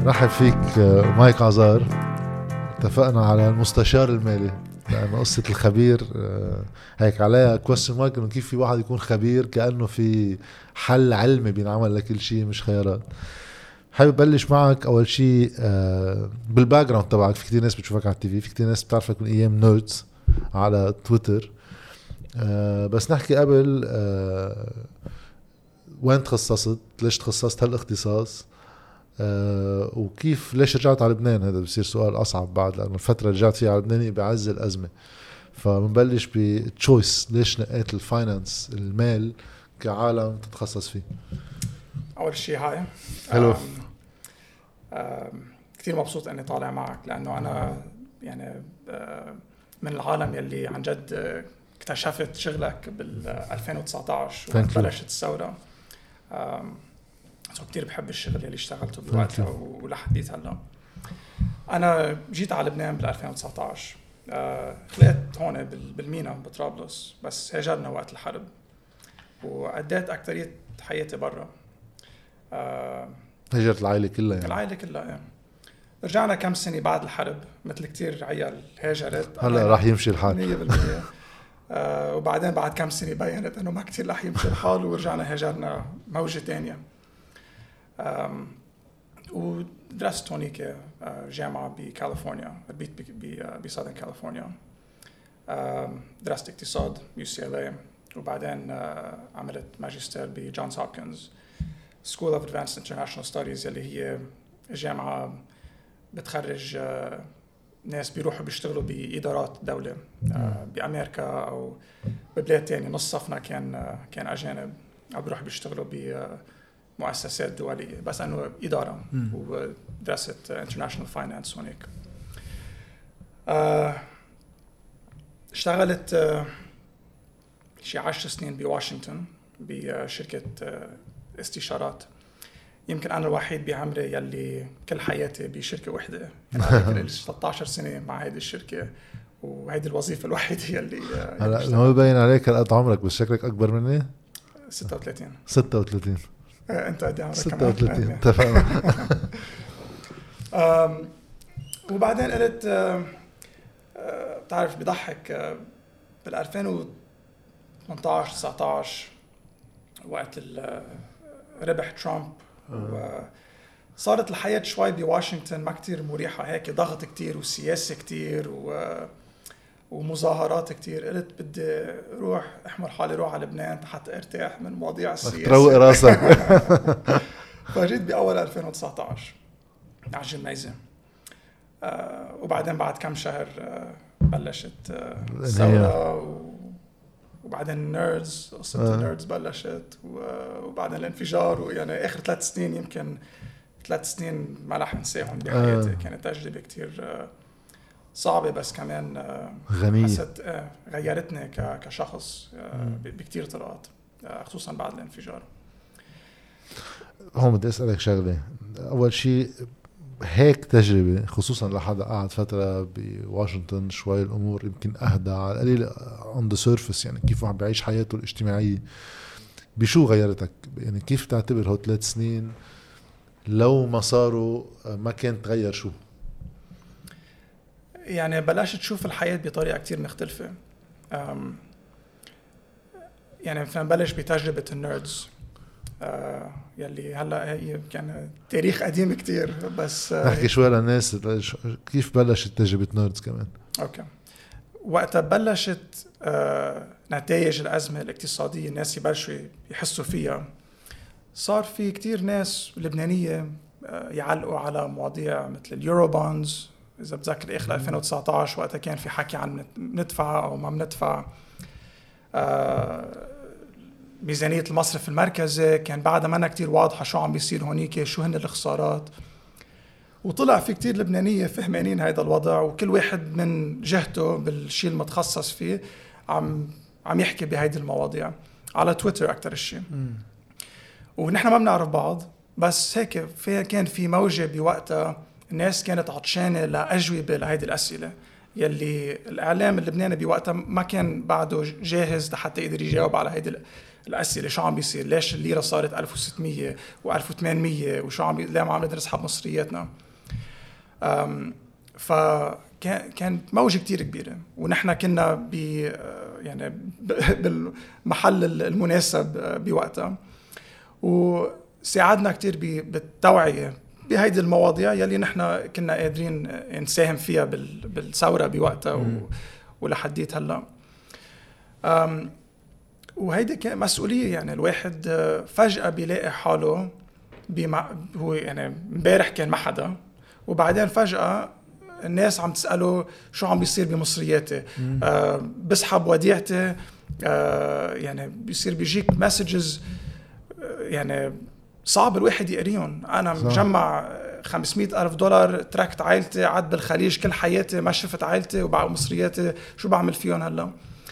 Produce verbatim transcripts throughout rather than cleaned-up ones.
رحب فيك مايك عزار. اتفقنا على المستشار المالي لأنه قصة الخبير هيك عليها كويستشن مارك، إنه كيف في واحد يكون خبير كأنه في حل علمي بينعمل لكل شيء مش خيارات. حابب بلش معك أول شيء بالباك جراوند تبعك. في كتير ناس بتشوفك على التي في، في كتير ناس بتعرفك من أيام نيردز على تويتر، بس نحكي قبل وين تخصصت، ليش تخصصت هالاختصاص، أه وكيف ليش رجعت على لبنان؟ هذا بصير سؤال أصعب بعد، لأنه الفترة رجعت فيها على لبنان بعز الأزمة. فبنبلش بتشويس، ليش نقيت الفاينانس المال كعالم تتخصص فيه؟ أول شيء هاي حلو. كتير مبسوط أني طالع معك، لأنه أنا يعني من العالم يلي عن جد اكتشفت شغلك بال ألفين وتسعة عشر وبلشت الثورة. سو كتير بحب الشغل اللي اشتغلته بوقتها ولحديت هلا. أنا جيت على لبنان بال ألفين وتسعة عشر، آه خلقت هون بالمينا بطرابلس، بس هاجرنا وقت الحرب وقضيت أكترية حياتي برا. آه هجرت العائلة كلها يعني؟ العائلة كلها يعني. رجعنا كم سنة بعد الحرب مثل كتير عيال هاجرت، هلا راح يمشي الحال مية بالمية. آه وبعدين بعد كم سنة بينت أنه ما كتير راح يمشي الحال ورجعنا هاجرنا موجة تانية. ودرست هونيك جامعة بكاليفورنيا، ربيت بسادن كاليفورنيا. درست اقتصاد يو سي إل إيه، وبعدين عملت ماجستير بجونز هوبكنز سكول اوف ادفانسد انترناشونال ستاديز، اللي هي جامعة بتخرج ناس بيروحوا بيشتغلوا بإدارات دولة بأمريكا أو ببلاد تاني. نص صفنا كان كان أجانب أو بيروحوا بيشتغلوا ب مؤسسات دولية، بس أنه إدارة. ودرست international finance هونيك. أه اشتغلت أه شي عشر سنين بواشنطن بشركة أه استشارات. يمكن أنا الوحيد بعمري يلي كل حياتي بشركة واحدة، يعني ثلاثة عشر سنة مع هذه الشركة، وهذه الوظيفة الوحيدة يلي هلا ما ببين عليك هالقد عمرك، بس شكلك أكبر مني. ستة وثلاثين ستة وثلاثين انت قد عمرك؟ ستة وثلاثين. اتفقنا. وبعدين قلت بتعرف بضحك بال ألفين وثمانية عشر تسعة عشر وقت ربح ترامب وصارت الحياة شوي بواشنطن ما كتير مريحة، هيك ضغط كتير وسياسة كتير و ومظاهرات كتير. قلت بدي روح احمل حالي روح على لبنان حتى ارتاح من مواضيع السياسة، تروق راسك. فجيت بأول ألفين وتسعة عشر على الجميزة. آه وبعدين بعد كم شهر آه بلشت آه الثورة، وبعدين نيردز، قصة النيردز بلشت، وبعدين الانفجار. ويعني آخر ثلاث سنين يمكن ثلاث سنين ما رح انساهم بحياتي. آه. كانت تجربة كتير آه صعبة، بس كمان آه غنية. حسيت آه غيرتني كشخص آه بكتير طرقات، آه خصوصا بعد الانفجار. هون بدي أسألك شغلة. أول شيء هيك تجربة، خصوصا لحدا قاعد فترة بواشنطن، شوي الأمور يمكن أهدى على القليل on the surface، يعني كيف واحد بيعيش حياته الاجتماعية. بشو غيرتك؟ يعني كيف تعتبر هو ثلاث سنين لو ما صاروا ما كانت تغير شو؟ يعني بلشت تشوف الحياة بطريقة كتير مختلفة. يعني فنبلش بتجربة النيردز آه يلي هلا هي كان تاريخ قديم كتير، بس آه نحكي شوي للناس كيف بلشت تجربة نيردز كمان. اوكي. وقتها بلشت آه نتائج الأزمة الاقتصادية الناس يبلشوا يحسوا فيها. صار في كتير ناس لبنانية آه يعلقوا على مواضيع مثل اليورو بونز. إذا بتذكر آخر ألفين وتسعة عشر وقتها كان في حكي عن ندفع أو ما بندفع. آه ميزانية المصرف المركزي كان بعدها ما كتير واضحة شو عم بيصير هونيك، شو هن الخسارات. وطلع في كتير لبنانية فهمانين هيدا الوضع، وكل واحد من جهته بالشيء المتخصص فيه عم عم يحكي بهيدي المواضيع على تويتر أكتر الشيء. ونحن ما بنعرف بعض، بس هيك في كان في موجة بوقتها الناس كانت عطشانة لأجوبة لهيدي الأسئلة يلي الإعلام اللبناني بوقتها ما كان بعده جاهز لحتى يقدر يجاوب على هيدي الأسئلة شو عم بيصير، ليش الليرة صارت ألف وستمية وألف وثمانمية وشو عم بي... ليه ما عم نقدر نسحب مصرياتنا. فكان كانت موجة كتير كبيرة، ونحن كنا ب يعني بالمحل المناسب بوقتها، وساعدنا كتير بالتوعية بهيدي المواضيع يلي نحن كنا قادرين نساهم فيها بالثورة بوقتها و... ولحديت هلا. وهيدي كان مسؤولية، يعني الواحد فجأة بيلاقي حاله بمع... هو يعني امبارح كان ما حدا، وبعدين فجأة الناس عم تسأله شو عم بيصير بمصرياتي، آه بسحب وديعتي، آه يعني بيصير بيجيك مسجز آه يعني صعب الواحد يقريهم. أنا صح. مجمع خمسمية ألف دولار، تركت عائلتي، عاد بالخليج كل حياتي، ما شفت عائلتي وبعد مصرياتي، شو بعمل فيهم هلا؟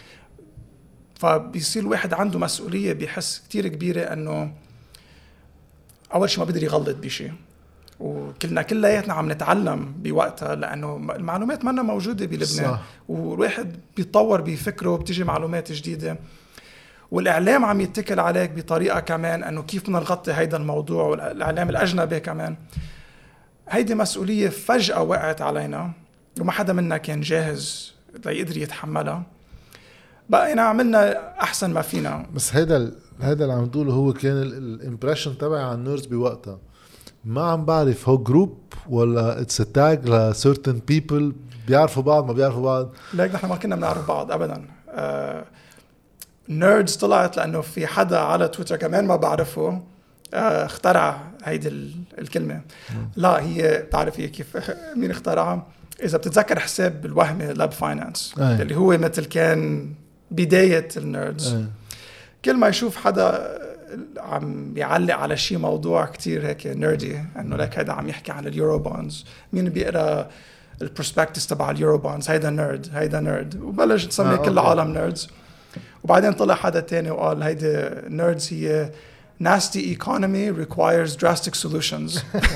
فبيصير الواحد عنده مسؤولية، بيحس كتير كبيرة أنه أول شيء ما بيقدر يغلط بشيء، وكلنا كلياتنا عم نتعلم بوقتها، لأنه المعلومات مانا موجودة بلبنان صح. والواحد بيتطور بفكره وبتيجي معلومات جديدة، والإعلام عم يتكل عليك بطريقة كمان أنه كيف بدنا نغطي هيدا الموضوع، والإعلام الأجنبي كمان. هيدي مسؤولية فجأة وقعت علينا وما حدا منا كان جاهز ليقدر يتحملها. بقينا عملنا أحسن ما فينا. بس هيدا هيدا اللي عم تقوله هو كان الامبريشن تبعي عن النيردز بوقتها. ما عم بعرف هو جروب ولا اتس تاج لسيرتن بيبل بيعرفوا بعض ما بيعرفوا بعض. ليك نحن ما كنا بنعرف بعض ابدا. آه نيردز طلعت لانه في حدا على تويتر كمان ما بعرفه آه اخترع هيدي الكلمه. م. لا هي بتعرف هي كيف مين اخترعها؟ اذا بتتذكر حساب الوهمي لاب فاينانس اللي هو مثل كان بدايه النيردز. أي. كل ما يشوف حدا عم يعلق على شيء موضوع كتير هيك نيردي، انه لك هيدا عم يحكي عن اليورو بونز، مين بيقرا البروسبكتس تبع اليورو بونز، هيدا نيرد هيدا نيرد، وبلش تسمي آه كل العالم نيردز. وبعدين طلع حدا تاني وقال هيدا نيردز هي nasty economy requires drastic solutions.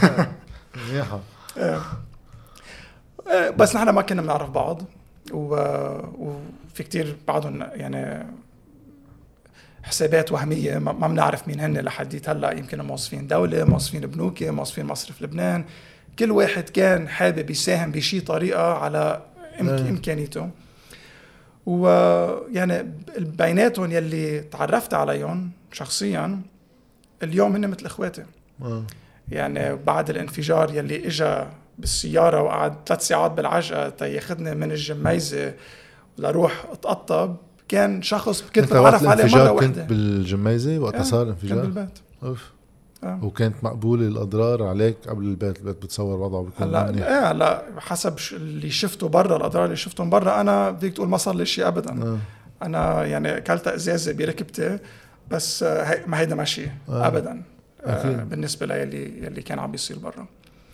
بس نحن ما كنا بنعرف بعض، وفي كتير بعضهم يعني حسابات وهمية ما بنعرف مين هن لحديت هلا، يمكن موظفين دولة، موظفين بنوكي، موظفين مصرف لبنان، كل واحد كان حابب يساهم بشي طريقة على إمكانيته. ويعني بيناتهم يلي تعرفت عليهم شخصيا اليوم هن مثل إخواتي. يعني بعد الانفجار يلي إجا بالسيارة وقعد ثلاث ساعات بالعجقة تياخدني من الجميزة لروح أتقطب، كان شخص كنت بتعرف عليه مرة واحدة. كنت بالجميزة وقت صار الانفجار؟ كنت بالبيت. أوف. آه. وكانت مقبولة الأضرار عليك قبل البيت؟ البيت بتصور وضعه بيكون لا لا لا حسب اللي شفته برا، الأضرار اللي شفتهم برا أنا فيك تقول ما صار لي شيء أبدا. آه. أنا يعني كلت إزازة بركبتي بس هي ما هيدا ماشي آه. أبدا. آه. بالنسبة لي اللي اللي كان عم بيصير برا.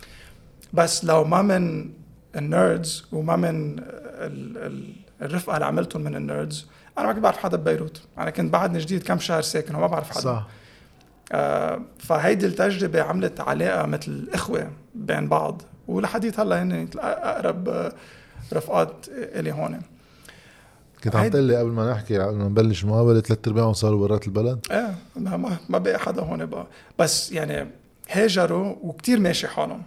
بس لو ما من النيردز وما من ال ال الرفقة اللي عملتهم من النيردز، أنا ما كنت بعرف حدا ببيروت. أنا كنت بعدني جديد كم شهر ساكن وما بعرف حدا. صح. آه فهيدي التجربة عملت علاقة مثل إخوة بين بعض، ولحديت هلا هن أقرب رفقات إلي هون. كنت عم تقول لي قبل ما نحكي قبل ما نبلش المقابلة ثلاث أرباعهم صاروا برات البلد. إيه ما ما بقى حدا هون بقى، بس يعني هاجروا وكتير ماشي حالهم.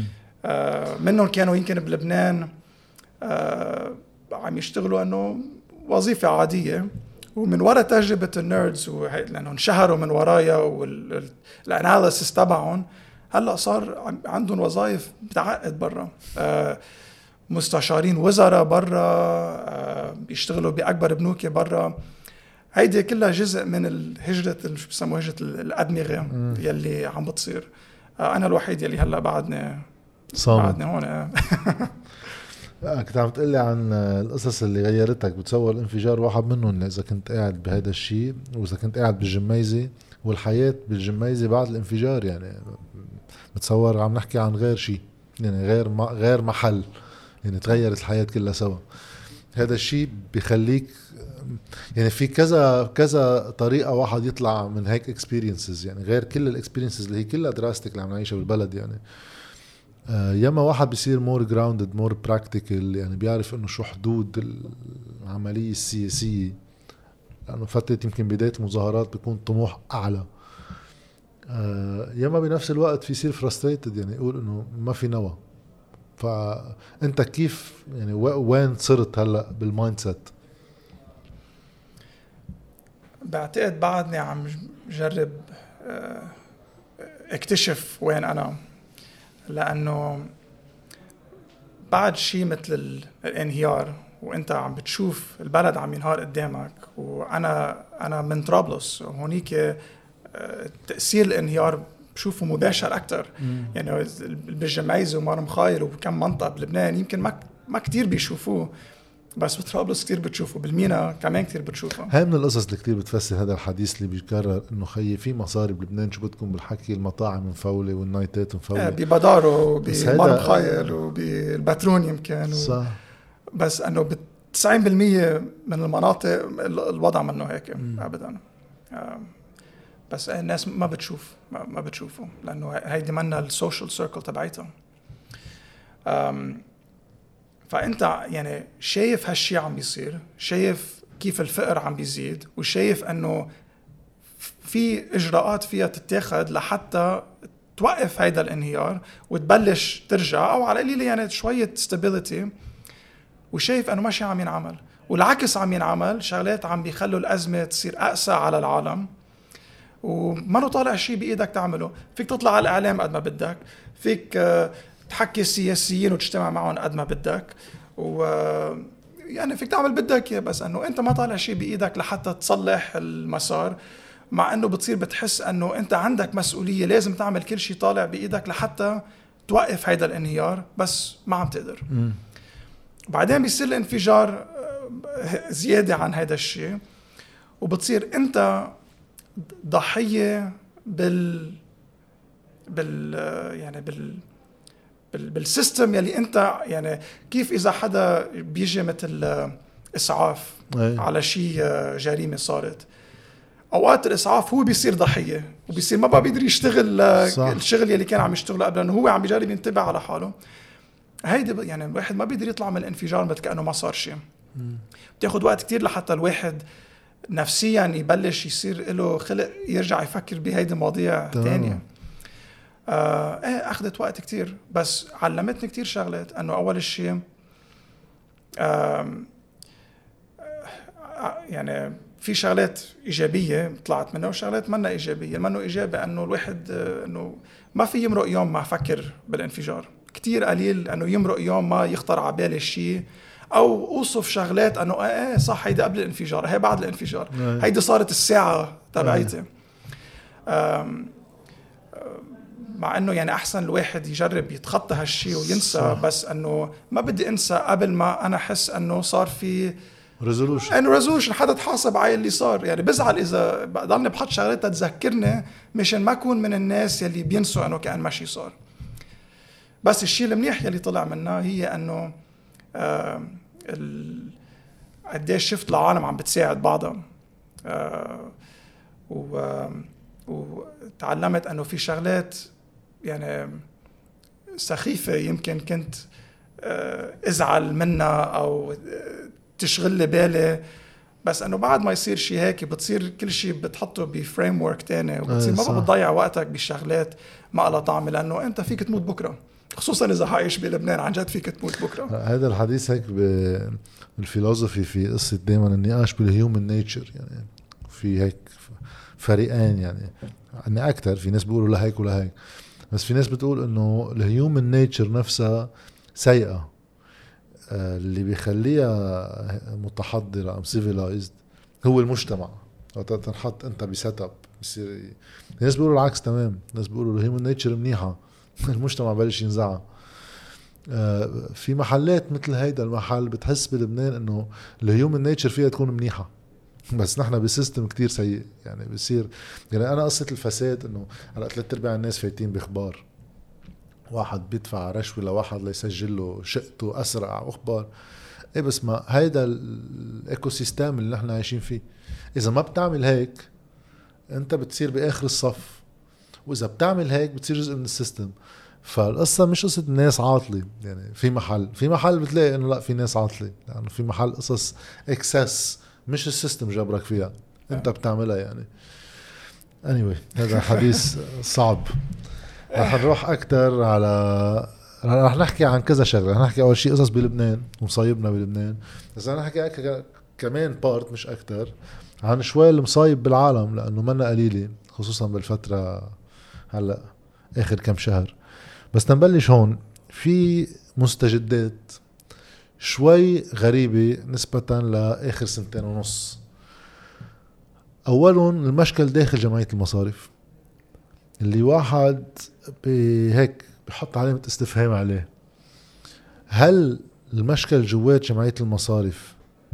آه منهم كانوا يمكن بلبنان آه عم يشتغلوا انه وظيفة عادية، ومن وراء تجربة النيردز لانه انشهروا من ورايا والاناليسيس تبعهم، هلا صار عندهم وظائف بتعقد برا. آه مستشارين وزراء برا، آه بيشتغلوا باكبر بنوك برا. هيدي كلها جزء من الهجرة اللي شو بسموها هجرة الأدمغة يلي عم بتصير. آه أنا الوحيد يلي هلا بعدني صامت. بعدني هون. آه. كنت عم تقلي عن القصص اللي غيرتك. بتصور الانفجار واحد منهم إذا كنت قاعد بهذا الشيء، وإذا كنت قاعد بالجميزة والحياة بالجميزة بعد الانفجار. يعني بتصور عم نحكي عن غير شيء، يعني غير ما غير محل، يعني تغيرت الحياة كلها سوا. هذا الشيء بيخليك يعني في كذا كذا طريقة واحد يطلع من هيك experiences، يعني غير كل الاكسبيرينسز اللي هي كلها دراستك اللي عم نعيشها بالبلد. يعني آه ياما واحد بيصير more grounded more practical، يعني بيعرف انه شو حدود العملية السياسية لانه فتره يمكن بدايه المظاهرات بيكون الطموح اعلى. آه ياما بنفس الوقت في يصير فرستريتد، يعني يقول انه ما في نوى. فانت كيف يعني وين صرت هلا بالمايند سيت؟ بعتقد بعدني عم جرب اكتشف وين انا، لانه بعد شيء مثل الانهيار وانت عم بتشوف البلد عم ينهار قدامك، وانا انا من طرابلس وهونيك تأثير الانهيار بشوفه مباشر أكتر. يعني بالجميزة ومار مخايل وكم منطقة بلبنان يمكن ما ما كتير بيشوفوه، بس بطرابلس كتير بتشوفه، بالمينا كمان كتير بتشوفه. هاي من القصص اللي كتير بتفسر هذا الحديث اللي بيكرر انه خيي في مصاري بلبنان، شو بدكم بالحكي، المطاعم مفولة والنايتات مفولة. ببدارو وبمار مخايل وبالباترون يمكن و... صح. بس انه ب تسعين بالمية من المناطق الوضع منه هيك ابدا. بس الناس ما بتشوف ما بتشوفه، لانه هيدي منا السوشيال سيركل تبعيتها. فانت يعني شايف هالشي عم بيصير، شايف كيف الفقر عم بيزيد، وشايف انه في اجراءات فيها تتاخد لحتى توقف هيدا الانهيار وتبلش ترجع او على القليله يعني شويه ستابيليتي، وشايف انه ماشي عم ينعمل، والعكس عم ينعمل شغلات عم بيخلوا الازمه تصير اقسى على العالم، وما له طالع شيء بإيدك تعمله. فيك تطلع على الإعلام قد ما بدك، فيك تحكي السياسيين وتجتمع معهم قد ما بدك، و يعني فيك تعمل بدك، بس أنه أنت ما طالع شيء بإيدك لحتى تصلح المسار، مع أنه بتصير بتحس أنه أنت عندك مسؤولية، لازم تعمل كل شيء طالع بإيدك لحتى توقف هيدا الانهيار، بس ما عم تقدر. م. بعدين بيصير الانفجار زيادة عن هيدا الشيء، وبتصير أنت ضحية بال بال يعني بال بال بالسيستم يلي انت يعني كيف اذا حدا بيجي مثل اسعاف أي. على شيء جريمة صارت، اوقات الاسعاف هو بيصير ضحية وبيصير ما بقى بيقدر يشتغل صح. الشغل يلي كان عم يشتغله قبل، لانه هو عم بيجرب ينتبه على حاله. هيدي يعني الواحد ما بيقدر يطلع من الانفجار مثل كأنه ما صار شيء. بتاخد وقت كتير لحتى الواحد نفسيا يبلش يصير له خلق يرجع يفكر بهيدي المواضيع تانية. آه ايه اخذت وقت كتير، بس علمتني كتير شغلات. انه اول شيء آه يعني في شغلات ايجابيه طلعت منها وشغلات منا ايجابيه. منه ايجابي انه الواحد آه انه ما في يمرق يوم ما فكر بالانفجار، كتير قليل انه يمرق يوم ما يخطر على بالي شيء او اوصف شغلات انه ايه صح هيدا قبل الانفجار، هي بعد الانفجار، هيدي صارت الساعه تبعيتي. مع انه يعني احسن الواحد يجرب يتخطى هالشيء وينسى صح. بس انه ما بدي انسى قبل ما انا احس انه صار في ريزولوشن، انه ريزولوشن حدا تحاسب على اللي صار. يعني بزعل اذا بضلني بحط شغلات تذكرني مشان ما اكون من الناس يلي بينسوا انه كان ماشي صار. بس الشيء المنيح يلي طلع منها هي انه آه قديش شفت العالم عم بتساعد بعضها، آه وتعلمت انه في شغلات يعني سخيفة يمكن كنت آه ازعل منها او تشغل لي بالي، بس انه بعد ما يصير شيء هيك بتصير كل شيء بتحطه بفريم ورك تاني، وبتصير ما بقى بتضيع وقتك بالشغلات ما لها طعم، لانه انت فيك تموت بكره، خصوصا اذا عايش بلبنان عن جد فيك تموت بكره. هذا الحديث هيك بالفلسفي في قصه دائما النقاش بالهيومن نيتشر، يعني في هيك فريقين، يعني اني اكثر في ناس بيقولوا لهيك ولا هيك، بس في ناس بتقول انه الهيومن نيتشر نفسها سيئه، اللي بيخليها متحضره ام سيفيلايزد هو المجتمع. تنحط انت بسيت اب بصير الناس بيقولوا العكس تمام، الناس بيقولوا الهيومن نيتشر منيحه المجتمع بلش ينزعها. في محلات مثل هيدا المحل بتحس بلبنان انه الهيومن نيتشر فيها تكون منيحه، بس نحن بسيستم كتير سيء. يعني بصير يعني انا قصه الفساد انه على ثلاث ارباع الناس فايتين باخبار، واحد بيدفع رشوه لواحد ليسجل له شقته اسرع واخبار ايه، بس ما هيدا الايكو سيستم اللي نحن عايشين فيه. اذا ما بتعمل هيك انت بتصير باخر الصف، واذا بتعمل هيك بتصير جزء من السيستم. فالقصه مش قصه الناس عاطله، يعني في محل في محل بتلاقي انه لا في ناس عاطله، لانه يعني في محل قصص اكسس مش السيستم جبرك فيها، انت بتعملها يعني. anyway هذا حديث صعب. رح نروح اكتر على رح نحكي عن كذا شغله. رح نحكي اول شيء قصص بلبنان ومصايبنا بلبنان، بس رح نحكي أك... كمان بارت مش اكتر عن شوي المصايب بالعالم، لانه منا قليله خصوصا بالفتره هلا اخر كم شهر. بس نبلش هون في مستجدات شوي غريبه نسبه لاخر سنتين ونص. اولهم المشكل داخل جمعيه المصارف اللي واحد بهيك بحط علامة استفهام عليه. هل المشكل جوات جمعية المصارف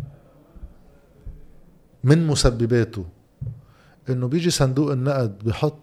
من مسبباته انه بيجي صندوق النقد بحط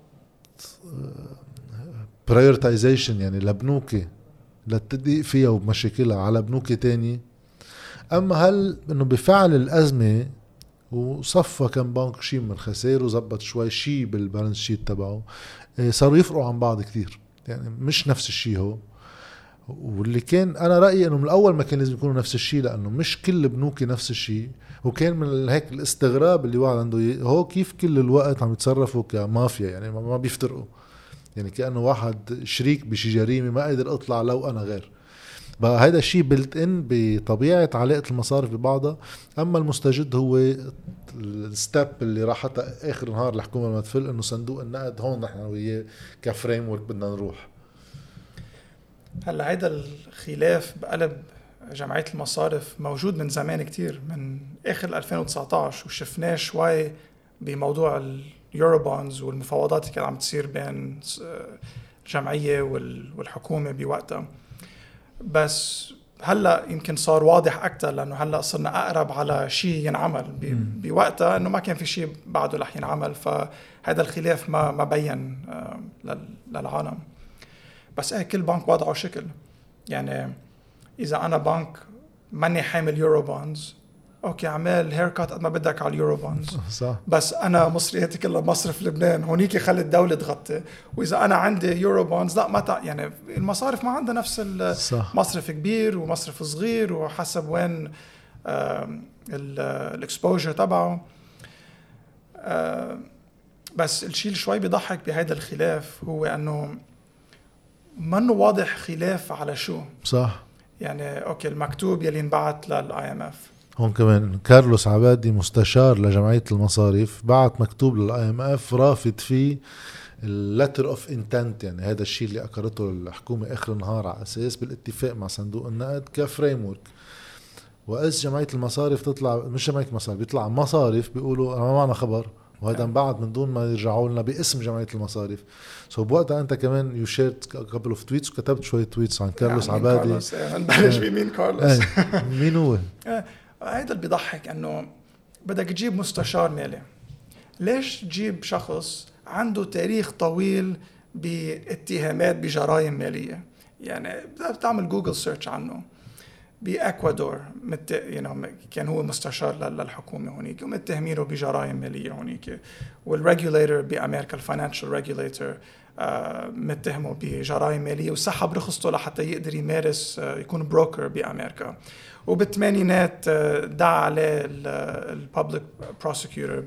prioritization يعني لبنوكي للتدقيق فيها ومشاكلها على بنوكي تاني، اما هل انه بفعل الازمة وصفى كم بنك شيء من الخسائر وزبط شوي شيء بالبالانس شيت تبعه صاروا يفرقوا عن بعض كتير، يعني مش نفس الشيء هو. واللي كان انا رأيي انه من الاول ما كان لازم يكونوا نفس الشيء، لانه مش كل بنوكي نفس الشيء. وكان من هيك الاستغراب اللي واحد عنده هو كيف كل الوقت عم يتصرفوا كمافيا، يعني ما بيفترقوا، يعني كأنه واحد شريك بشي جريمة ما قادر اطلع لو انا غير. بقى هيدا الشيء بلت ان بطبيعة علاقة المصارف ببعضها. اما المستجد هو الستاب اللي راح حتى اخر نهار الحكومة ما تفل انه صندوق النقد هون نحن وياه كفريم ورك بدنا نروح. هلا هيدا الخلاف بقلب جمعية المصارف موجود من زمان كتير، من اخر ألفين وتسعطعش، وشفناه شوي بموضوع اليوروبونز والمفاوضات اللي كانت عم تصير بين الجمعية والحكومة بوقتها. بس هلا يمكن صار واضح اكثر، لانه هلا صرنا اقرب على شيء ينعمل. بوقتها انه ما كان في شيء بعده رح ينعمل، فهذا الخلاف ما ما بين للعالم. بس ايه كل بنك وضعه شكل، يعني اذا انا بنك ماني حامل يورو بونز، اوكي اعمل هيركات قد ما بدك على اليورو بونز، صح. بس انا مصرياتي كلها مصرف لبنان، هونيك خلي الدوله تغطي. واذا انا عندي يورو بونز لا ما تع... يعني المصارف ما عندها نفس المصرف، كبير ومصرف صغير وحسب وين الاكسبوجر تبعه. بس الشيء شوي بيضحك بهذا الخلاف هو انه منه واضح خلاف على شو. صح. يعني اوكي المكتوب يلي انبعت للاي ام اف، هون كمان كارلوس عبادي مستشار لجمعية المصارف بعت مكتوب للاي ام اف رافض فيه اللتر اوف انتنت، يعني هذا الشيء اللي اقرته الحكومة اخر النهار على اساس بالاتفاق مع صندوق النقد كفريم ورك. واذ جمعية المصارف تطلع، مش جمعية المصارف، بيطلع مصارف بيقولوا ما معنا خبر، وهذا انبعت من دون ما يرجعوا لنا باسم جمعية المصارف. سو بوقتها انت كمان يو شيرت كابل اوف تويتس وكتبت شوية تويتس عن كارلوس يعني عبادي. كارلوس نبلش بمين كارلوس؟ مين هو؟ هيدا اللي بيضحك، انه بدك تجيب مستشار مالي، ليش تجيب شخص عنده تاريخ طويل باتهامات بجرائم مالية؟ يعني بتعمل جوجل سيرش عنه. بأكوادور مت... يعني كان هو مستشار للحكومة هونيك ومتهمينه بجرائم مالية هونيك، والريجوليتر بأمريكا الفاينانشال ريجوليتر متهمه بجرائم مالية وسحب رخصته لحتى يقدر يمارس يكون بروكر بأمريكا. وبالثمانينات دعا عليه البابليك بروسيكيوتور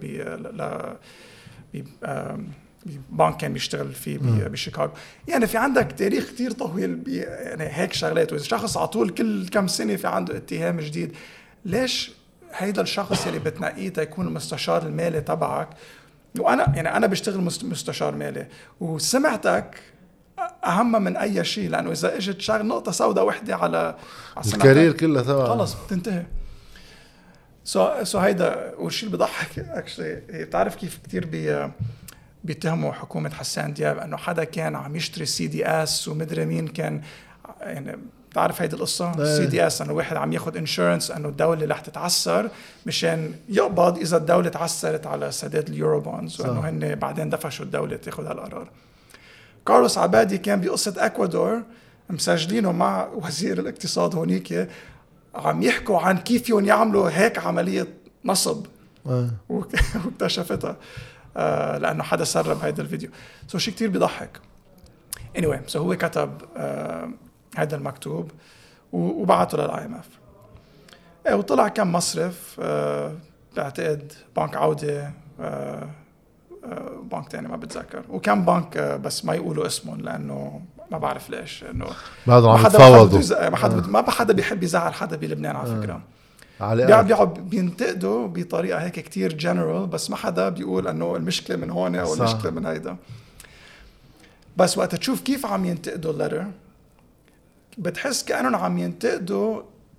ب بنك كان بيشتغل فيه بشيكاغو. يعني في عندك تاريخ كتير طويل يعني هيك شغلات، وإذا شخص على طول كل كم سنة في عنده اتهام جديد، ليش هيدا الشخص اللي بتنقيه تيكون المستشار المالي تبعك؟ وأنا يعني أنا بشتغل مستشار مالي وسمعتك أهم من أي شيء، لأنه إذا إجت شغل نقطة سوداء وحدة على الكارير كله تبعك خلص بتنتهي. سو سو هيدا والشيء اللي بضحك اكشلي، بتعرف كيف كتير بي بيتهموا حكومة حسان دياب انه حدا كان عم يشتري سي دي اس ومدري مين كان، يعني بتعرف هيدي القصة سي دي اس، انه واحد عم ياخد انشورنس انه الدولة رح تتعثر مشان يقبض اذا الدولة تعثرت على سداد اليورو بونز، وانه هن بعدين دفشوا الدولة تاخد هالقرار. كارلوس عبادي كان بقصة اكوادور مسجلينه مع وزير الاقتصاد هونيك عم يحكوا عن كيف يون يعملوا هيك عملية نصب واكتشفتها آه لأنه حدا سرب هيدا الفيديو. سو شيء كتير بيضحك. anyway سو هو كتب آه هيدا المكتوب وبعته للآي إم إف. إيه وطلع كم مصرف آه بعتقد بنك عودة، آه آه بنك تاني ما بتذكر، وكم بنك آه بس ما يقولوا اسمهم لأنه ما بعرف ليش، إنه بعدهم ما عم حدا ما حدا يتفاوضوا. ما حدا ما حدا بيحب يزعل حدا بلبنان على فكرة. على بيقعدوا بينتقدوا بطريقة هيك كتير جنرال، بس ما حدا بيقول إنه المشكلة من هون أو صح. المشكلة من هيدا. بس وقت تشوف كيف عم ينتقدوا اللتر بتحس كأنهم عم ينتقدوا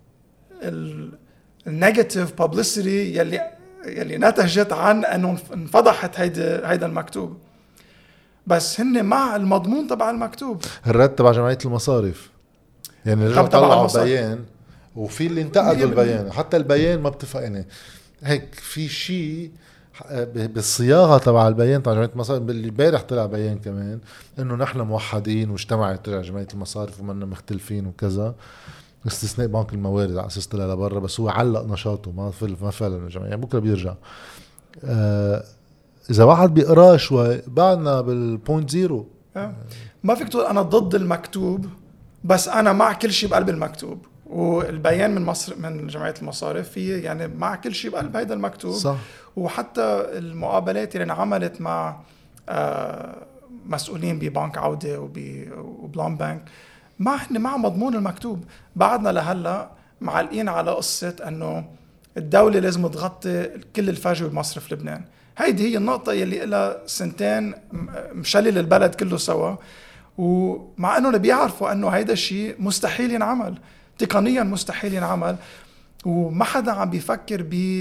النيجاتيف بابليسيتي يلي يلي نتجت عن انه انفضحت هيدا هيدا المكتوب، بس هن مع المضمون تبع المكتوب. الرد تبع جمعية المصارف يعني رجعوا طلعوا بيان، وفي اللي انتقدوا البيان، حتى البيان ما بتفق يعني هيك في شيء بالصياغه تبع البيان تبع جمعيه المصارف. اللي امبارح طلع بيان كمان انه نحن موحدين واجتمعت ترجع جمعيه المصارف ومنا مختلفين وكذا، استثناء بنك الموارد على اساس طلع لبرا، بس هو علق نشاطه ما فل ما فعلا الجمعيه يعني بكره بيرجع. آه اذا واحد بيقراه شوي بعدنا بالبوينت زيرو. آه. ما فيك تقول انا ضد المكتوب بس انا مع كل شيء بقلب المكتوب، والبيان من مصر من جمعيه المصارف في يعني مع كل شيء بقلب هيدا المكتوب. صح. وحتى المقابلات اللي انعملت مع آه مسؤولين ببنك عوده وبلان بانك ما هن مع مضمون المكتوب. بعدنا لهلا معلقين على قصه انه الدوله لازم تغطي كل الفجوه بمصرف لبنان. هيدي هي النقطه يلي لها سنتين مشلل البلد كله سوا، ومع انه بيعرفوا انه هيدا الشيء مستحيل ينعمل تقنيا، مستحيل ينعمل، وما حدا عم بيفكر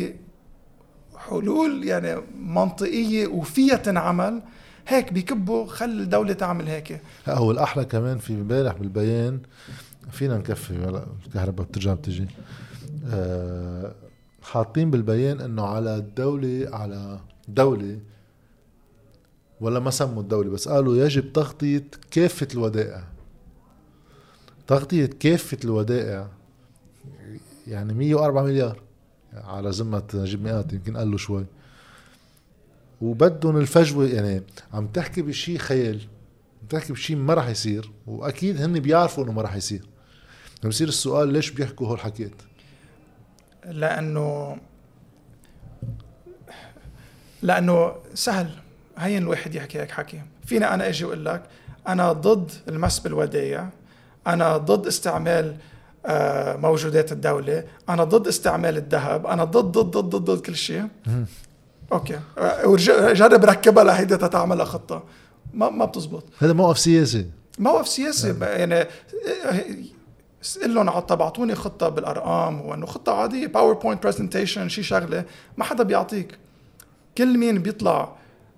بحلول يعني منطقيه وفيها تنعمل. هيك بيكبوا خلي الدوله تعمل هيك. هو الاحلى كمان في امبارح بالبيان، فينا نكفي ولا الكهرباء بترجع بتجي، أه حاطين بالبيان انه على الدوله على دولة ولا ما سموا الدولة بس قالوا يجب تغطية كافة الودائع. تغطية كافة الودائع يعني مية وأربعة مليار على ذمة نجيب مئات، يمكن قالوا شوي، وبدهم الفجوة. يعني عم تحكي بشي خيال، عم تحكي بشي ما رح يصير، وأكيد هن بيعرفوا إنه ما رح يصير. لما يصير السؤال ليش بيحكوا هول حكيت؟ لأنه لأنه سهل هين الواحد يحكي هيك حكي. فينا أنا أجي وأقول لك أنا ضد المس بالودائع، أنا ضد استعمال موجودات الدولة، أنا ضد استعمال الذهب، أنا ضد ضد ضد ضد, ضد كل شيء. أوكي وجرب ركبها لهيدا تتعملها خطة، ما ما بتزبط. هذا موقف سياسي، موقف سياسي يعني اسأل لهم عطا بعطوني خطة بالأرقام، وأنه خطة عادية باوربوينت برزنتيشن شي شغلة ما حدا بيعطيك. كل مين بيطلع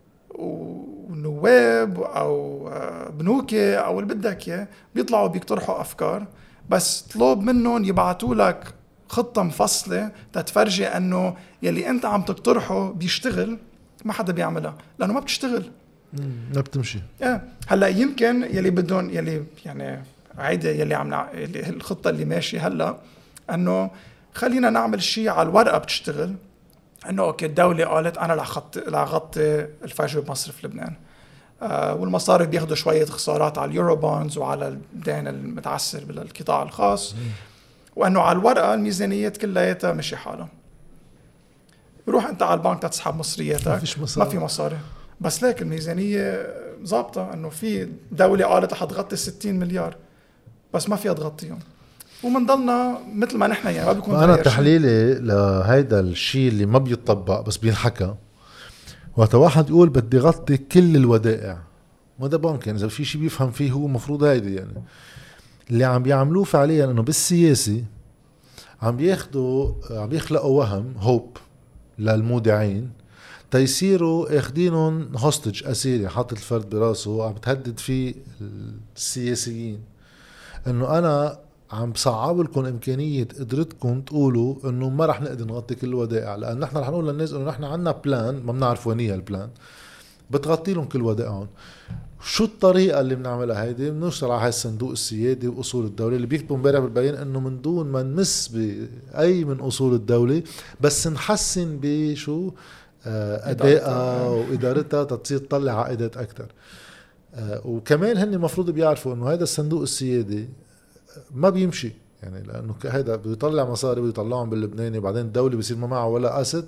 ونواب أو بنوكي أو اللي بدك إياه بيطلعوا بيقترحوا أفكار، بس طلب منهم يبعتوا لك خطة مفصلة تتفرجي أنه يلي أنت عم تقترحه بيشتغل. ما حدا بيعملها لأنه ما بتشتغل، ما بتمشي. آه. هلا يمكن يلي بدهم يلي يعني عيدة يلي عم نع... يلي الخطة اللي ماشي هلا أنه خلينا نعمل شيء على الورقة بتشتغل، أنه أوكي الدولة قالت أنا رح أغطي الفجوة بمصرف لبنان، آه والمصارف بياخدوا شوية خسارات على اليورو بونز وعلى الدين المتعسر بالقطاع الخاص، وأنه على الورقة الميزانيات كلها مشي حالها. روح أنت على البنك تسحب مصرياتك ما, ما في مصاري، بس ليك الميزانية ضابطة أنه في دولة قالت رح تغطي ستين مليار بس ما فيها تغطيهم، ومنضلنا مثل ما نحن يعني ما بيكون. أنا تحليلي لهيدا الشيء اللي ما بيطبق بس بينحكى، وقت واحد يقول بدي غطي كل الودائع، ما ده بنك يعني إذا في شيء بيفهم فيه هو مفروض هيدا يعني اللي عم بيعملوه فعليا أنه بالسياسي عم بياخدوا عم بيخلقوا وهم هوب للمودعين تيصيروا اخدينهم هوستج اسيري، حاطط الفرد براسه عم بتهدد فيه السياسيين انه انا عم بصعب لكم امكانيه قدرتكم تقولوا انه ما رح نقدر نغطي كل الودائع، لان نحن رح نقول للناس انه نحن عندنا بلان ما بنعرف وين هي البلان بتغطي لهم كل ودائعهم. شو الطريقه اللي بنعملها هيدي؟ بنوصل على هاي الصندوق السيادي واصول الدوله اللي بيكتبوا امبارح بالبيان انه من دون ما نمس باي من اصول الدوله بس نحسن بشو أدائها وإدارتها تتصير تطلع عائدات أكتر. وكمان هن المفروض بيعرفوا إنه هذا الصندوق السيادي ما بيمشي، يعني لأنه هذا بيطلع مصاري ويطلعهم باللبناني وبعدين الدولة بيصير ما معه ولا أسد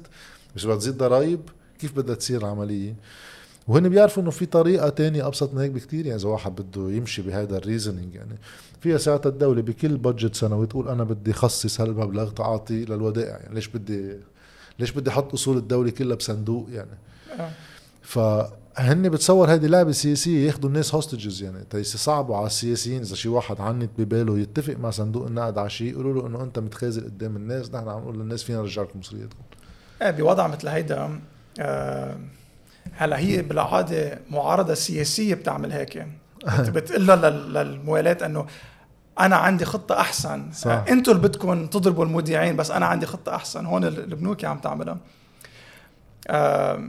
مش بدها تزيد ضرائب، كيف بدها تصير العملية؟ وهن بيعرفوا انه في طريقة تانية ابسط من هيك بكتير. يعني اذا واحد بده يمشي بهذا الريزنينج، يعني فيها ساعتها الدولة بكل بادجت سنوي تقول انا بدي خصص هالمبلغ تعاطي للودائع. يعني ليش بدي ليش بدي احط اصول الدولة كلها بصندوق يعني؟ آه. فهن بتصور هذه لعبة سياسية ياخدوا الناس هوستجز، يعني يصعبوا على السياسيين. اذا شي واحد عنت بباله يتفق مع صندوق النقد على شيء، يقولوا له انه انت متخاذل قدام الناس، نحن عم نقول للناس فينا نرجع لكم مصرياتكم. ايه بوضع مثل هيدا آه هلا هي بالعاده معارضه سياسيه بتعمل هيك، بتقول لها للموالاه انه انا عندي خطه احسن، آه انتوا اللي بدكم تضربوا المودعين بس انا عندي خطه احسن. هون البنوك عم تعملها. آه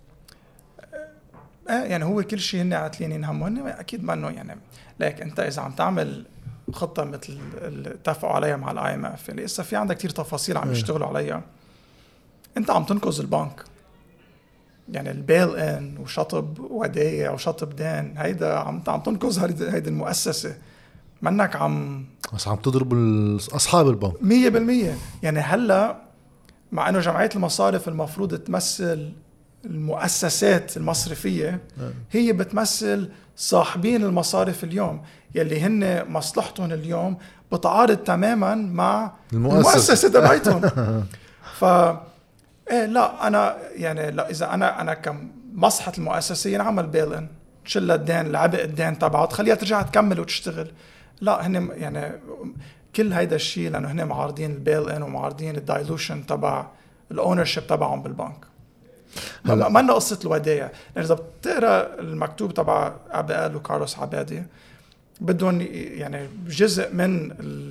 يعني هو كل شيء هن عاتلين همهم اكيد ما انه يعني لك انت اذا عم تعمل خطه مثل اللي اتفقوا عليها مع الاي ام اف اللي لسه في عندك كثير تفاصيل عم يشتغلوا عليها، انت عم تنقذ البنك. يعني البيل ان وشطب ودايع وشطب دين، هيدا عم عم تنقذ هيدي المؤسسه، منك عم بس عم تضرب اصحاب البنك مية بالمية. يعني هلا مع انه جمعيه المصارف المفروض تمثل المؤسسات المصرفية، هي بتمثل صاحبين المصارف اليوم يلي هن مصلحتهم اليوم بتعارض تماما مع المؤسسة تبعتهم. ف ايه لا انا يعني لا اذا انا انا كمصلحة المؤسسة ينعمل بيلن تشيل الدين العبء الدين تبعه تخليها ترجع تكمل وتشتغل. لا هن يعني كل هيدا الشيء لانه هن معارضين البيل ان ومعارضين الدايلوشن تبع الاونرشيب تبعهم بالبنك. ما ما لنا قصة الودايع. يعني إذا بتقرأ المكتوب تبع عبقال وكارلوس عبادي بدهم يعني جزء من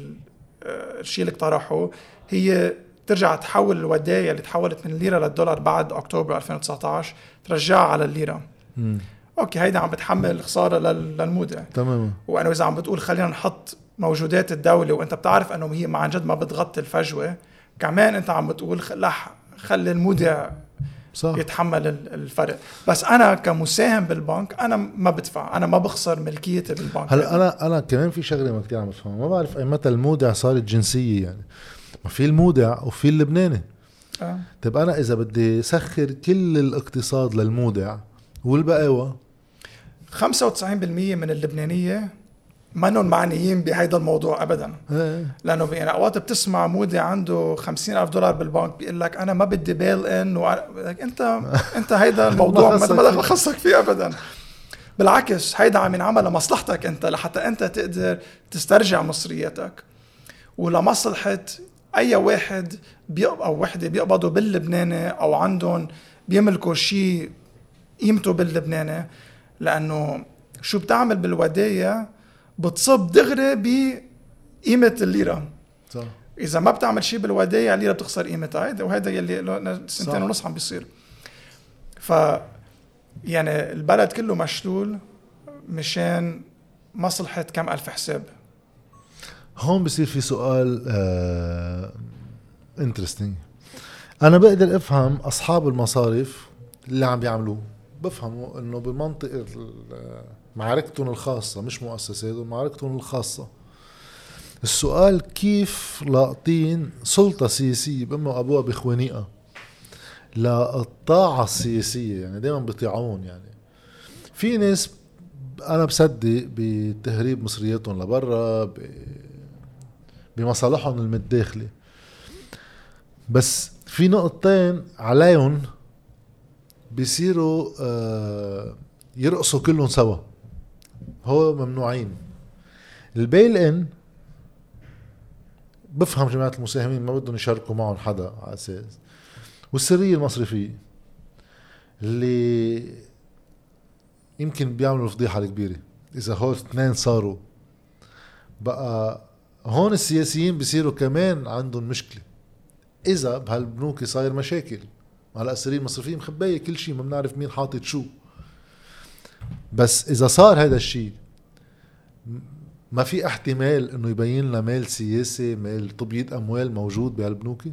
الشيء اللي اقترحه هي ترجع تحول الودايع اللي تحولت من الليرة للدولار بعد أكتوبر ألفين وتسعة عشر ترجعها على الليرة. م. أوكي هيدا عم بتحمل خسارة للمودع. تمام. وأنا إذا عم بتقول خلينا نحط موجودات الدولة وأنت بتعرف أنه هي عن جد ما بتغطي الفجوة، كمان أنت عم بتقول لا خلي المودع صح. يتحمل الفرق. بس انا كمساهم بالبنك انا ما بدفع، انا ما بخسر ملكيتي بالبنك. هلا انا انا كمان في شغله ما كثير عم بفهم، ما بعرف اي متى المودع صارت جنسيه. يعني ما في المودع وفي اللبناني. آه. طيب انا اذا بدي سخر كل الاقتصاد للمودع والبقاوه خمسة وتسعين بالمية من اللبنانيه منهم معنيين بهيدا الموضوع ابدا. ايه. لانه يعني اوقات بتسمع مودع عنده خمسين ألف دولار بالبنك بيقول لك انا ما بدي بيل ان و... انت انت هيدا الموضوع ما ما خصك فيه ابدا. بالعكس هيدا عم ينعمل لمصلحتك انت، لحتى انت تقدر تسترجع مصرياتك ولمصلحه اي واحد بيق... او وحده بيقبضوا باللبناني او عندهم بيملكوا شيء قيمته باللبناني. لانه شو بتعمل بالودايع بتصب دغري بقيمة الليرة. صح. إذا ما بتعمل شيء بالودايع الليرة بتخسر قيمتها، وهذا يلي سنتين ونص عم بيصير. ف يعني البلد كله مشلول مشان مصلحة كم ألف حساب. هون بصير في سؤال آه... interesting. أنا بقدر أفهم أصحاب المصارف اللي عم بيعملوه، بفهموا إنه بالمنطقة معاركتهم الخاصة مش مؤسساتهم، معاركتهم الخاصة. السؤال كيف لاقطين سلطة سياسية بأمه أبوها بإخوانيقة للطاعة السياسية؟ يعني دايما بيطيعون. يعني في ناس أنا بصدق بتهريب مصرياتهم لبرا بمصالحهم المتداخلة، بس في نقطتين عليهم بيصيروا آه يرقصوا كلهم سوا، هو ممنوعين. البيل ان بفهم جماعة المساهمين ما بدهم يشاركوا معهم حدا على أساس، والسرية المصرفية اللي يمكن بيعملوا الفضيحة الكبيرة. إذا هول اثنين صاروا بقى هون السياسيين بيصيروا كمان عندهم مشكلة. إذا بهالبنوك صاير مشاكل على السرية المصرفية مخبية كل شيء، ما بنعرف مين حاطط شو. بس إذا صار هذا الشيء ما في احتمال إنه يبين لنا مال سياسي، مال تبييض أموال موجود بهالبنوك.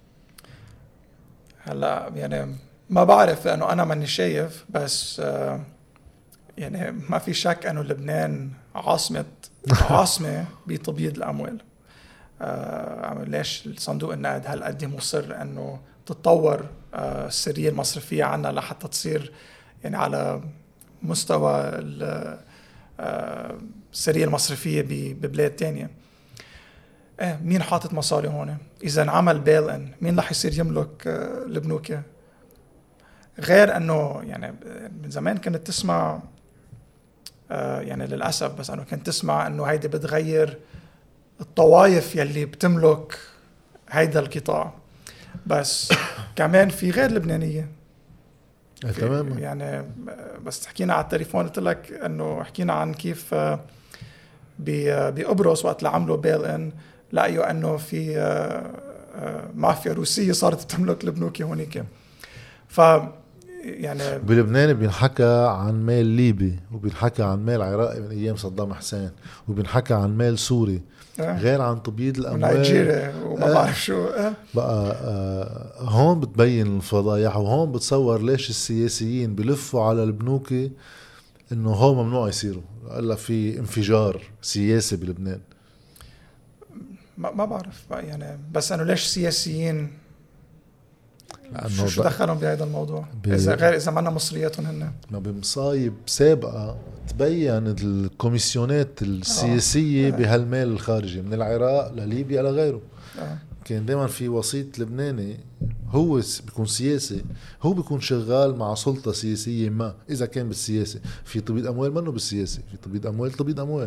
هلا يعني ما بعرف لأنه أنا ماني شايف، بس يعني ما في شك أنه لبنان عاصمة عاصمة بتبييض الأموال. آه ليش الصندوق النقد هالقد مصر أنه تتطور آه السرية المصرفية عنا لحتى تصير يعني على مستوى آه السرية المصرفية ببلاد تانية. إيه مين حاطط مصاري هون؟ إذا انعمل بيل إن مين رح يصير يملك آه البنوك؟ غير أنه يعني من زمان كنت تسمع آه يعني للأسف بس أنه كنت تسمع أنه هيدي بتغير الطوائف يلي بتملك هيدا القطاع، بس كمان في غير لبنانية تماما. يعني بس حكينا على التليفون قلت لك انه حكينا عن كيف بقبرص وقت اللي عملوا بيل ان لقيوا انه في مافيا روسية صارت تملك البنوك هونيك. ف يعني بلبنان بينحكى عن مال ليبي وبينحكى عن مال عراقي من ايام صدام حسين وبينحكى عن مال سوري أه. غير عن تبييض الاموال نيجيريا وما أه. بعرف شو أه. بقى أه هون بتبين الفضايح وهون بتصور ليش السياسيين بلفوا على البنوك انه هو ممنوع يصيروا الا في انفجار سياسي بلبنان. ما, ما بعرف يعني بس انه ليش سياسيين شو, شو دخلهم بهذا الموضوع اذا غير اذا معنا مصرياتهم هن ما بمصايب سابقه تبين الكوميسيونات السياسيه آه. بهالمال الخارجي من العراق لليبيا لغيره آه. كان دائما في وسيط لبناني هو بيكون سياسي هو بيكون شغال مع سلطه سياسيه ما اذا كان بالسياسه في تبييض اموال منه بالسياسه في تبييض اموال تبييض اموال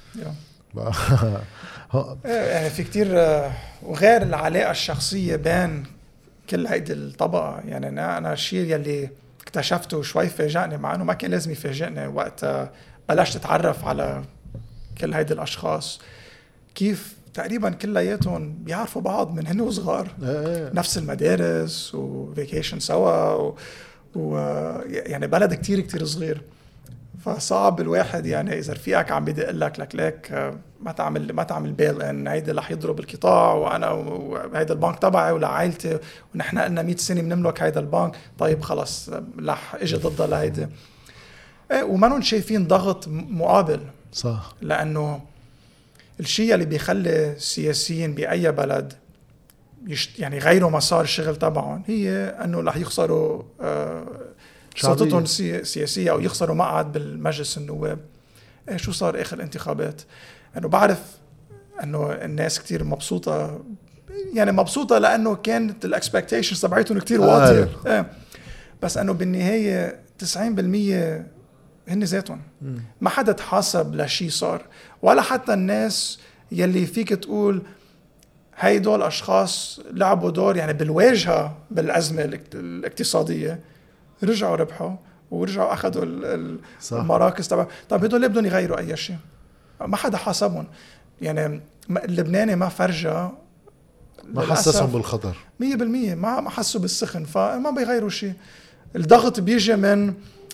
يعني في كتير وغير العلاقه الشخصيه بين كل هيدي الطبقة. يعني أنا أنا الشيء يلي اكتشفته شوي فاجأني مع إنه ما كان لازم يفاجئني وقت بلشت أتعرف على كل هيدي الأشخاص كيف تقريبا كلياتهم بيعرفوا بعض من هن وصغار نفس المدارس وفيكيشن سوا و... و... يعني بلد كتير كتير صغير فصعب الواحد يعني إذا رفيقك عم بيدق لك لك لك ما تعمل ما تعمل بيل ان هيدا رح يضرب القطاع وانا وهيدا البنك تبعي ولعائلتي ونحن قلنا مئة سنه بنملك هيدا البنك طيب خلص رح اجي ضدها لهيدا ايه وما شايفين ضغط مقابل صح لانه الشيء اللي بيخلي السياسيين باي بلد يشت يعني غيروا مسار الشغل تبعهم هي انه رح يخسروا آه سلطتهم السياسيه او يخسروا مقعد بالمجلس النواب. ايه شو صار اخر الانتخابات انه بعرف انه الناس كتير مبسوطه يعني مبسوطه لانه كانت الاكسبكتيشنز تبعتهم كتير واطيه ايه بس انه بالنهايه تسعين بالمية هن ذاتهم ما حدا تحاسب لشي صار ولا حتى الناس يلي فيك تقول هيدول اشخاص لعبوا دور يعني بالواجهه بالازمه الاقتصاديه رجعوا ربحوا ورجعوا اخذوا المراكز تبع. طب هدول ليه بدهم يغيروا اي شيء؟ ما حدا حاسبهم. يعني اللبناني ما فرجة ما حسسهم بالخطر مية بالمية ما ما حسوا بالسخن فما بيغيروا شيء. الضغط بيجي من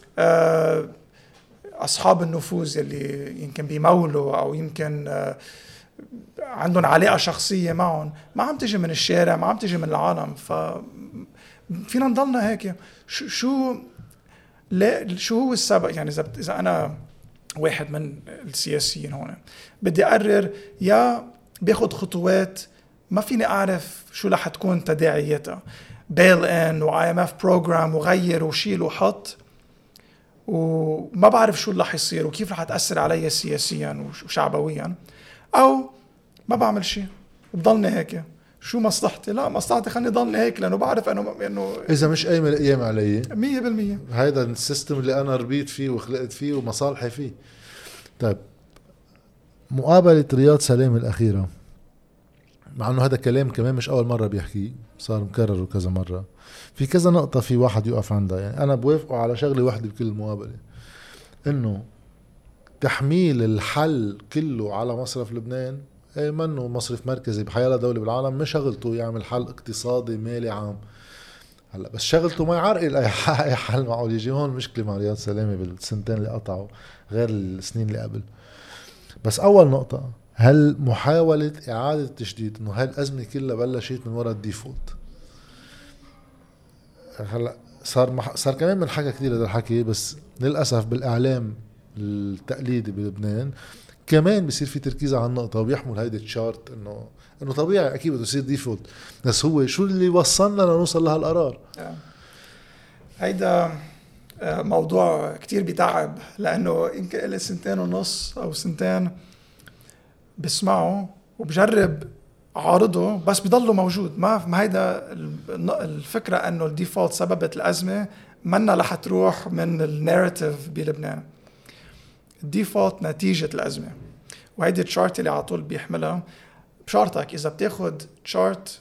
اصحاب النفوذ اللي يمكن بيمولوا او يمكن عندهم علاقه شخصيه معهم ما عم تجي من الشارع ما عم تجي من العالم. ف فينا نضلنا هيك شو شو لا شو هو السبب؟ يعني اذا اذا انا واحد من السياسيين هون بدي اقرر يا باخد خطوات ما فيني اعرف شو رح تكون تداعياتها بيل ان واي ام اف بروجرام وغير وشيل وحط وما بعرف شو اللي رح يصير وكيف رح تاثر علي سياسيا وشعبويا او ما بعمل شيء وبضلني هيك. شو مصلحتي؟ لا مصلحتي خلني ضلني هيك لانه بعرف انه انه اذا مش قايمه الايام علي مية بالمية هذا السيستم اللي انا ربيت فيه وخلقت فيه ومصالحي فيه. طيب مقابله رياض سلام الاخيره مع انه هذا كلام كمان مش اول مره بيحكيه صار مكرر كذا مره في كذا نقطه في واحد يقف عندها. يعني انا بوافقه على شغله واحده بكل المقابله انه تحميل الحل كله على مصرف لبنان اي منه مصرف مركزي بحيالله دولة بالعالم مش شغلته يعمل حل اقتصادي مالي عام. هلا بس شغلته ما يعرقل اي حل معقول يجي. هون مشكلة مع رياض سلامة بالسنتين اللي قطعوا غير السنين اللي قبل. بس اول نقطة هل محاولة اعادة التشديد انه هاي الازمة كلها بلشت من وراء الديفولت. هلا صار مح... صار كمان من حكى كثير هذا الحكي بس للاسف بالاعلام التقليدي بلبنان كمان بصير في تركيز على النقطة وبيحمل هيدا الشارت انه انه طبيعي اكيد بده يصير ديفولت، بس هو شو اللي وصلنا لنوصل لهالقرار؟ هيدا موضوع كتير بيتعب، لانه يمكن لي سنتين ونص او سنتين بسمعه وبجرب عارضه بس بيضله موجود. ما ما هيدا الفكرة انه الديفولت سببت الازمة، منا رح تروح من الناريتيف بلبنان. الديفولت نتيجة الازمة، وهيدي الشارت اللي على طول بيحملها بشارتك. اذا بتاخد شارت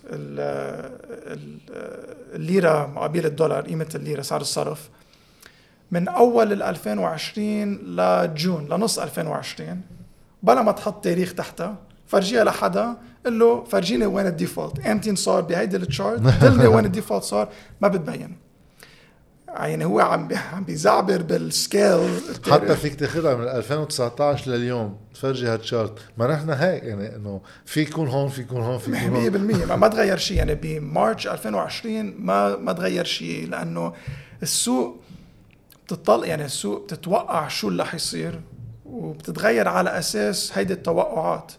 الليرة مقابل الدولار، قيمة الليرة سعر الصرف من اول ألفين وعشرين لجون لنص ألفين وعشرين، بلا ما تحط تاريخ تحتها، فرجيها لحدا قل له فرجيني وين الديفولت، امتى صار بهيدي الشارت، دلني وين الديفولت صار، ما بتبين. يعني هو عم عم بيزعبر بالسكيل. حتى فيك تاخذها من ألفين وتسعطعش لليوم تفرجي هالشارت، ما نحن هيك يعني انه في يكون هون في يكون هون في يكون هون مية بالمية ما, ما تغير شيء. يعني بمارش ألفين وعشرين ما ما تغير شيء، لانه السوق بتطلع، يعني السوق بتتوقع شو اللي رح يصير وبتتغير على اساس هيدي التوقعات.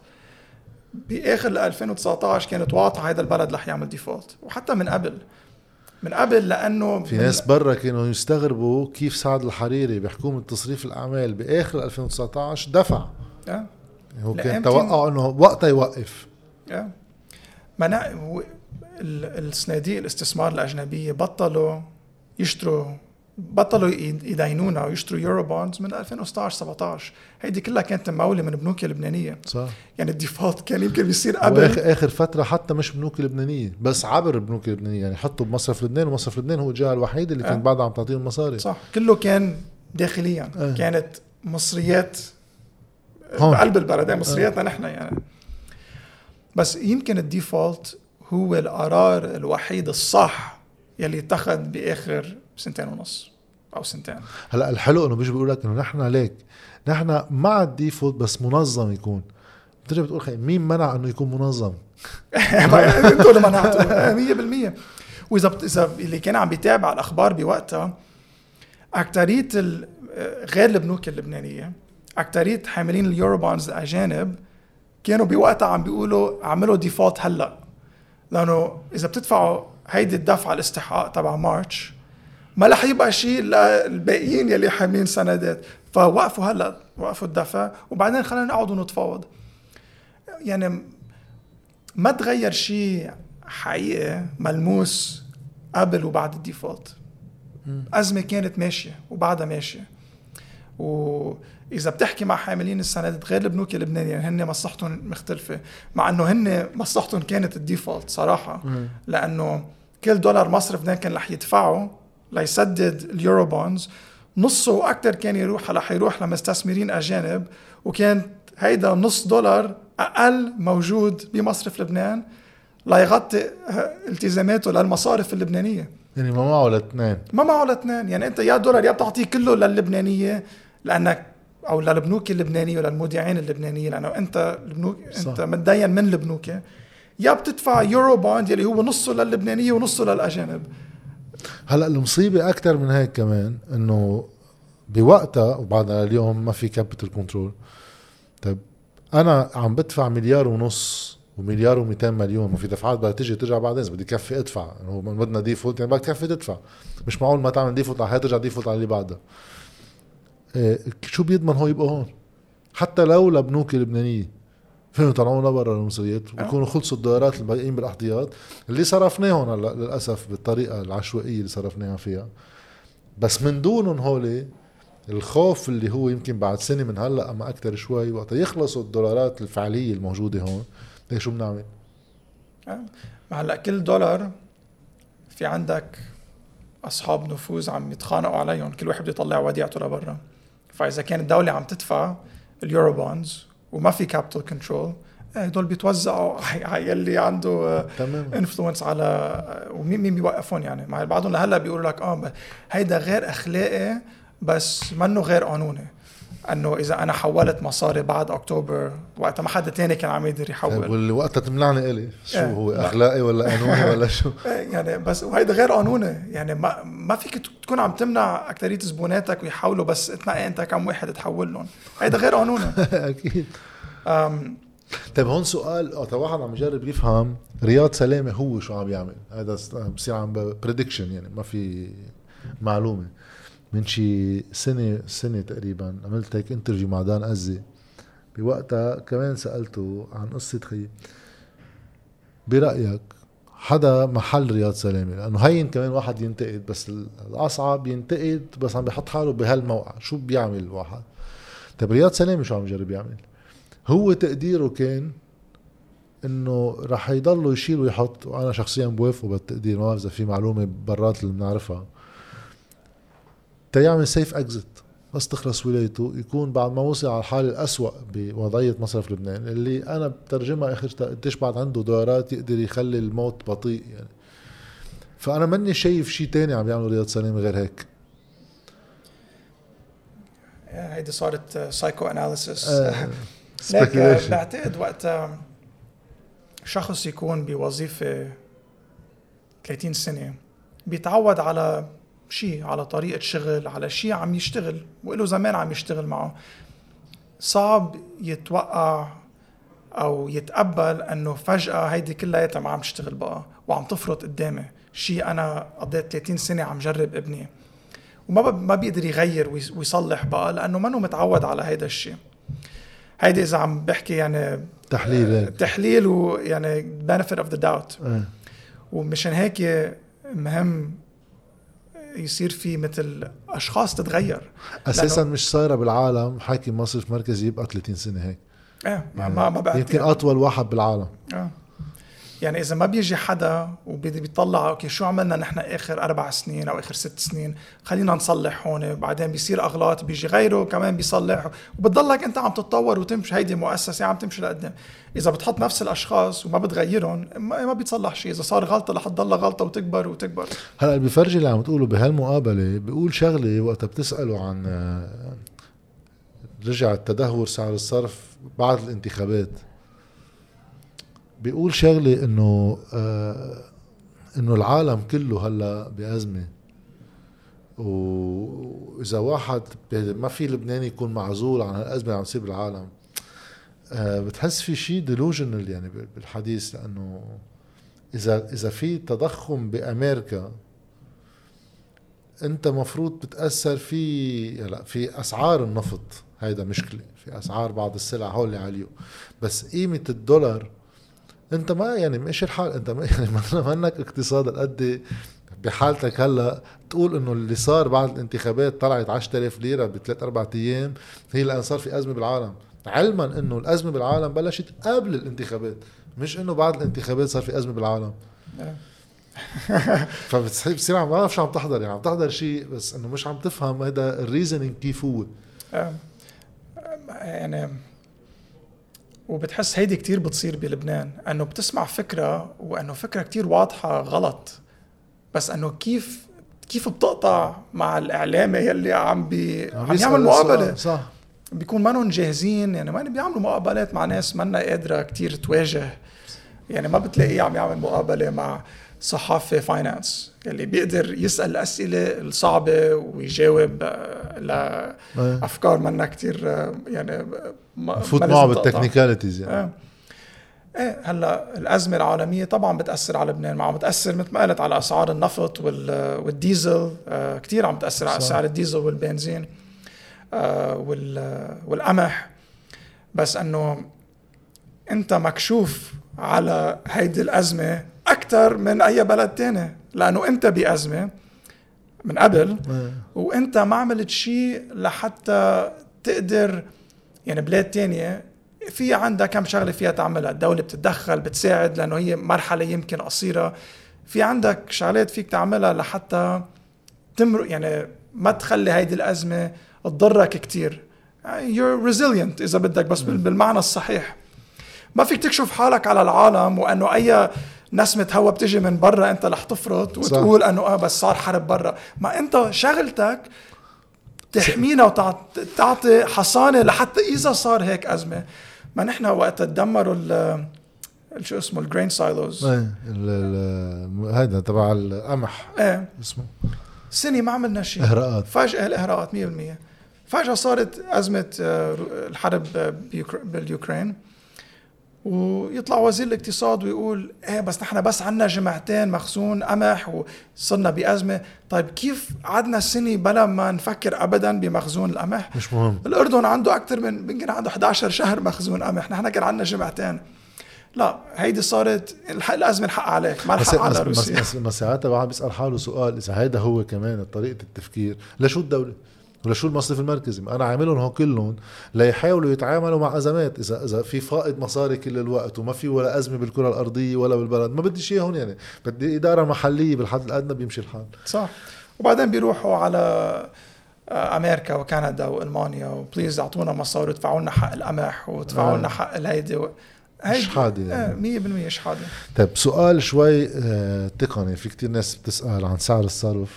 باخر ألفين وتسعطعش كانت واضحه هيدا البلد رح يعمل ديفولت، وحتى من قبل من قبل لانه في ناس برا كانوا يستغربوا كيف سعد الحريري بحكومه تصريف الاعمال باخر ألفين وتسعطعش دفع. أه؟ هو كان توقع انه وقتها يوقف. أه؟ منع الصناديق الاستثمار الاجنبيه بطلوا يشتروا، بطلوا يدينونا ويشتروا يورو بوندز من ألفين وستاشر سبعطعش. هيدي كلها كانت ممولة من بنوك اللبنانية. صح. يعني الديفولت كان يمكن بيصير قبل آخر, آخر فترة حتى مش بنوك اللبنانية بس عبر البنوك اللبنانية، يعني حطوا بمصرف لبنان، ومصرف لبنان هو الجهة الوحيدة اللي كانت أه؟ بعدها عم تعطيهم المصاري. صح، كله كان داخليا. أه؟ كانت مصريات بقلب البلد، مصرياتنا أه؟ نحن يعني. بس يمكن الديفولت هو القرار الوحيد الصح يلي اتخذ بآخر سنتين ونص او سنتين. هلا الحلو انه بيجي بيقول لك انه نحن ليك نحن مع الديفولت بس منظم يكون. بترجع بتقول خي مين منع انه يكون منظم؟ انتوا اللي منعتوا مية بالمية. واذا اذا اللي كان عم بيتابع الاخبار بوقتها، اكتريه غير البنوك اللبنانيه، اكتريه حاملين اليورو بونز الاجانب كانوا بوقتها عم بيقولوا اعملوا ديفولت هلا، لانه اذا بتدفعوا هيدي الدفعه الاستحقاق تبع مارش ما رح يبقى شيء للباقيين يلي حاملين سندات، فوقفوا هلا وقفوا الدفع وبعدين خلينا نقعد ونتفاوض. يعني ما تغير شيء حقيقي ملموس قبل وبعد الديفولت. أزمة كانت ماشية وبعدها ماشية، وإذا بتحكي مع حاملين السندات غير البنوك اللبنانية هن مصلحتهم مختلفة، مع أنه هن مصلحتهم كانت الديفولت صراحة. م. لأنه كل دولار مصرف لبنان كان رح يدفعه ليسدد اليورو بونز، نصه وأكتر كان يروح رح يروح لمستثمرين أجانب، وكان هيدا نص دولار أقل موجود بمصرف لبنان ليغطي التزاماته للمصارف اللبنانية. يعني ما معه لاثنين ما معه لاثنين يعني أنت يا دولار يا بتعطيه كله للبنانية لأنك أو للبنوك اللبنانية وللمودعين اللبنانية، لأنه أنت البنوك أنت متدين من البنوك، يا بتدفع يورو بوند يلي هو نصه للبنانية ونصه للأجانب. هلأ المصيبة أكتر من هيك كمان إنه بوقتها وبعدها اليوم ما في كابيتال كنترول. طيب أنا عم بدفع مليار ونص ومليار ومئتين مليون، وفي دفعات بدها تيجي ترجع بعدين، بدي كفي ادفع، هو من بدنا ديفولت يعني بدك كفي تدفع، مش معقول ما تعمل ديفولت على هي ترجع ديفولت على اللي بعدها. إيه شو بيضمن هو يبقى هون؟ حتى لو لبنوك اللبنانية فيهم يطلعونا برا المصريات ويكونوا خلصوا الدولارات الباقيين بالاحتياط اللي صرفناهم هلا للاسف بالطريقه العشوائيه اللي صرفناها فيها. بس من دونهم هولي الخوف اللي هو يمكن بعد سنه من هلا اما اكثر شوي وقت يخلصوا الدولارات الفعليه الموجوده هون، هيك شو بنعمل؟ هلا كل دولار في عندك اصحاب نفوذ عم يتخانقوا عليهم، كل واحد بده يطلع وديعته لبرا. فاذا كانت الدوله عم تدفع اليورو بونز وما في كابيتال كنترول، هدول بيتوزعوا على اللي عنده انفلونس على ومين مين بيوقفون. يعني مع بعضهم لهلا بيقولوا لك اه هيدا غير اخلاقي بس منه غير قانوني. انه اذا انا حولت مصاري بعد اكتوبر وقت ما حدا تاني كان عم يقدر يحول. واللي وقتها تمنعني إلي شو اه هو اخلاقي ولا قانوني ولا شو؟ يعني بس وهيدا غير قانوني، يعني ما ما فيك تكون عم تمنع اكثريه زبوناتك ويحولوا بس تنقي انت كم واحد تحول لهم، هيدا غير قانوني. اكيد. طيب هون سؤال، اه واحد عم يجرب يفهم رياض سلامة هو شو عم يعمل، هذا بصير عم بريدكشن يعني ما في معلومة. من شي سنة سنة تقريبا عملت هيك انترفيو مع دان أزي، بوقتها كمان سألته عن قصة خي برأيك حدا محل رياض سلامة، لأنه هين كمان واحد ينتقد، بس الأصعب ينتقد بس عم بيحط حاله بهالموقع شو بيعمل الواحد. طيب رياض سلامة شو عم يجرب يعمل؟ هو تقديره كان انه رح يضلوا يشيل ويحط، وانا شخصيا بوافقه بالتقدير، ما بعرف اذا في معلومه برات اللي بنعرفها، تيعمل سيف اكزيت بس تخلص ولايته، يكون بعد ما وصل على الحاله الأسوأ بوضعيه مصرف لبنان اللي انا بترجمها اخر قديش بعد عنده دولارات يقدر يخلي الموت بطيء يعني. فانا ماني شايف شيء تاني عم يعملوا رياض سلامة غير هيك. هيدي صارت سايكو اناليسيس. لكن بعتقد وقت شخص يكون بوظيفة ثلاثين سنة بيتعود على شيء، على طريقة شغل، على شيء عم يشتغل وإله زمان عم يشتغل معه، صعب يتوقع أو يتقبل أنه فجأة هيدي كلها ما عم تشتغل بقى وعم تفرط قدامي شيء أنا قضيت ثلاثين سنة عم جرب ابني، وما ما بيقدر يغير ويصلح بقى لأنه ما متعود على هيدا الشيء. هيدا إذا عم بحكي يعني تحليل تحليل ويعني benefit of the doubt. اه. ومشان هيك مهم يصير في مثل أشخاص تتغير أساسا مش صايرة بالعالم حاكم مصرف مركزي يبقى ثلاثين سنة هيك. اه ما ما بقى يمكن أطول واحد بالعالم. اه يعني إذا ما بيجي حدا وبيطلع أوكي شو عملنا نحن آخر أربع سنين أو آخر ست سنين خلينا نصلح هون، بعدين بيصير أغلاط بيجي غيره كمان بيصلح، وبتضلك أنت عم تتطور وتمشي، هيدي مؤسسة عم تمشي لقدام. إذا بتحط نفس الأشخاص وما بتغيرهم ما بيتصلح شيء، إذا صار غلطة رح تضل غلطة وتكبر وتكبر. هلأ بفرجي اللي عم تقوله بهالمقابلة بيقول شغلة وقتها بتسأله عن رجع التدهور سعر الصرف بعد الانتخابات، بيقول شغلة انه آه انه العالم كله هلا بأزمة، واذا واحد ما في لبناني يكون معزول عن هالأزمة اللي عم تصير بالعالم. آه بتحس في شيء ديلوجنال يعني بالحديث، لانه اذا اذا في تضخم بامريكا انت مفروض بتأثر في لا في اسعار النفط، هيدا مشكلة في اسعار بعض السلع هول اللي عليو، بس قيمة الدولار انت ما يعني مش الحال، انت ما يعني ما انك اقتصاد قد بحالتك هلا تقول انه اللي صار بعد الانتخابات طلعت عشرة آلاف ليرة بثلاث اربع ايام هي لان صار في ازمه بالعالم، علما انه الازمه بالعالم بلشت قبل الانتخابات، مش انه بعد الانتخابات صار في ازمه بالعالم. فبتصير عم بعرف شو عم تحضر، يعني عم تحضر شيء بس انه مش عم تفهم هذا الريزنينج كيف هو يعني. وبتحس هيدي كتير بتصير بلبنان، انه بتسمع فكرة وانه فكرة كتير واضحة غلط، بس انه كيف كيف بتقطع مع الاعلامي يلي عم بي عم يعمل مقابلة صح. بيكون مانن جاهزين، يعني ما بيعملوا مقابلات مع ناس منا قادرة كتير تواجه، يعني ما بتلاقيه عم يعمل مقابلة مع صحافة فاينانس يلي بيقدر يسأل الأسئلة الصعبة ويجاوب لأفكار منا كتير يعني فوت معه بالتكنيكاليتيز يعني. اه. ايه هلا الأزمة العالمية طبعا بتأثر على لبنان، ما عم بتأثر مثل ما قلت على أسعار النفط والديزل، آه كتير عم بتأثر على أسعار الديزل والبنزين آه والقمح، بس أنه أنت مكشوف على هيدي الأزمة أكتر من أي بلد تاني، لأنه أنت بأزمة من قبل وأنت ما عملت شيء لحتى تقدر، يعني بلاد تانية في عندها كم شغلة فيها تعملها، الدولة بتتدخل بتساعد لأنه هي مرحلة يمكن قصيرة، في عندك شغلات فيك تعملها لحتى تمر يعني ما تخلي هيدي الأزمة تضرك كتير. you're resilient إذا بدك، بس بالمعنى الصحيح. ما فيك تكشف حالك على العالم وأنه أي نسمة هوا بتجي من برا أنت رح تفرط وتقول صح. أنه آه بس صار حرب برا، ما أنت شغلتك تحمينا وتعطي حصانة لحتى إذا صار هيك أزمة. ما نحن وقت تدمروا ال شو اسمه الجرين سايلوز هذا تبع القمح ايه اسمه سنة ما عملنا شيء. إهراءات فجأة الإهراءات مية بالمية. فجأة صارت أزمة الحرب باليوكرين ويطلع وزير الاقتصاد ويقول ايه بس نحن بس عنا جمعتين مخزون قمح وصلنا بأزمة. طيب كيف عدنا السنة بلا ما نفكر أبدا بمخزون القمح؟ مش مهم. الأردن عنده أكثر من يمكن عنده إحدى عشر شهر مخزون قمح، نحن كان عنا جمعتين. لا هيدي صارت الأزمة الحق عليك ما الحق على روسيا. بس بس ساعتها واحد بيسأل حاله سؤال، إذا هيدا هو كمان طريقة التفكير لشو الدولة ولا شو المصرف المركزي؟ ما أنا عاملهم هو كلهم ليحاولوا يتعاملوا مع أزمات. إذا إذا في فائض مصاري كل الوقت وما في ولا أزمة بالكرة الأرضية ولا بالبلد، ما بدي شيء هون يعني، بدي إدارة محلية بالحد الأدنى بيمشي الحال. صح. وبعدين بيروحوا على أمريكا وكندا وألمانيا وبليز أعطونا مصاري ودفعوا لنا حق القمح ودفعوا لنا حق الهيدي و... شحادة يعني. مية بالمية شحادة. طيب سؤال شوي آه تقني، في كتير ناس بتسأل عن سعر الصرف.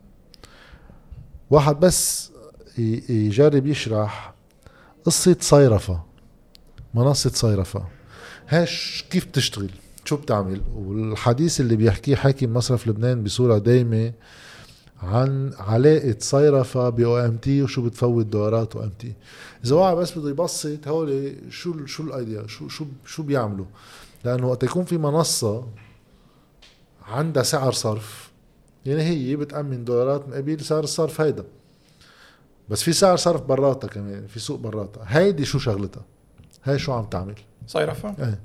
واحد بس يجرب يشرح قصة صيرفة، منصة صيرفة هاش كيف بتشتغل، شو بتعمل، والحديث اللي بيحكيه حاكم مصرف لبنان بصورة دايمة عن علاقة صيرفة بأو ام تي وشو بتفوت دورات او ام تي. إذا واحد بس بده يبسط هولي شو شو الايديا، شو شو شو بيعملوا، لأنه وقت يكون في منصة عندها سعر صرف يعني هي بتأمن دولارات مقابل سعر الصرف هيدا، بس في سعر صرف براتها كمان، في سوق براتها. هيدي شو شغلتها؟ هاي شو عم تعمل؟ صيرفة؟ ايه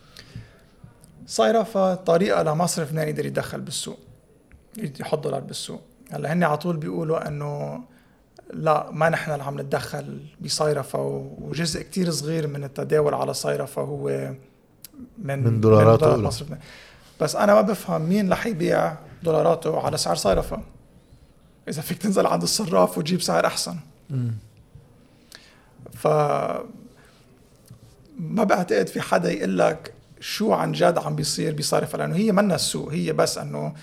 صيرفة طريقة لمصرف لبنان يقدر يدخل بالسوق، يحط دولار بالسوق. هلا هن على طول بيقولوا انه لا ما نحن اللي عم نتدخل بصيرفة، وجزء كتير صغير من التداول على صيرفة هو من من دولاراته من مصرف لبنان. بس انا ما بفهم مين رح يبيع دولاراته على سعر صيرفة اذا فيك تنزل عند الصراف وتجيب سعر احسن. م. ف ما بعتقد في حدا يقول لك شو عن جد عم بيصير بصيرفة، لانه هي منا السوق، هي بس انه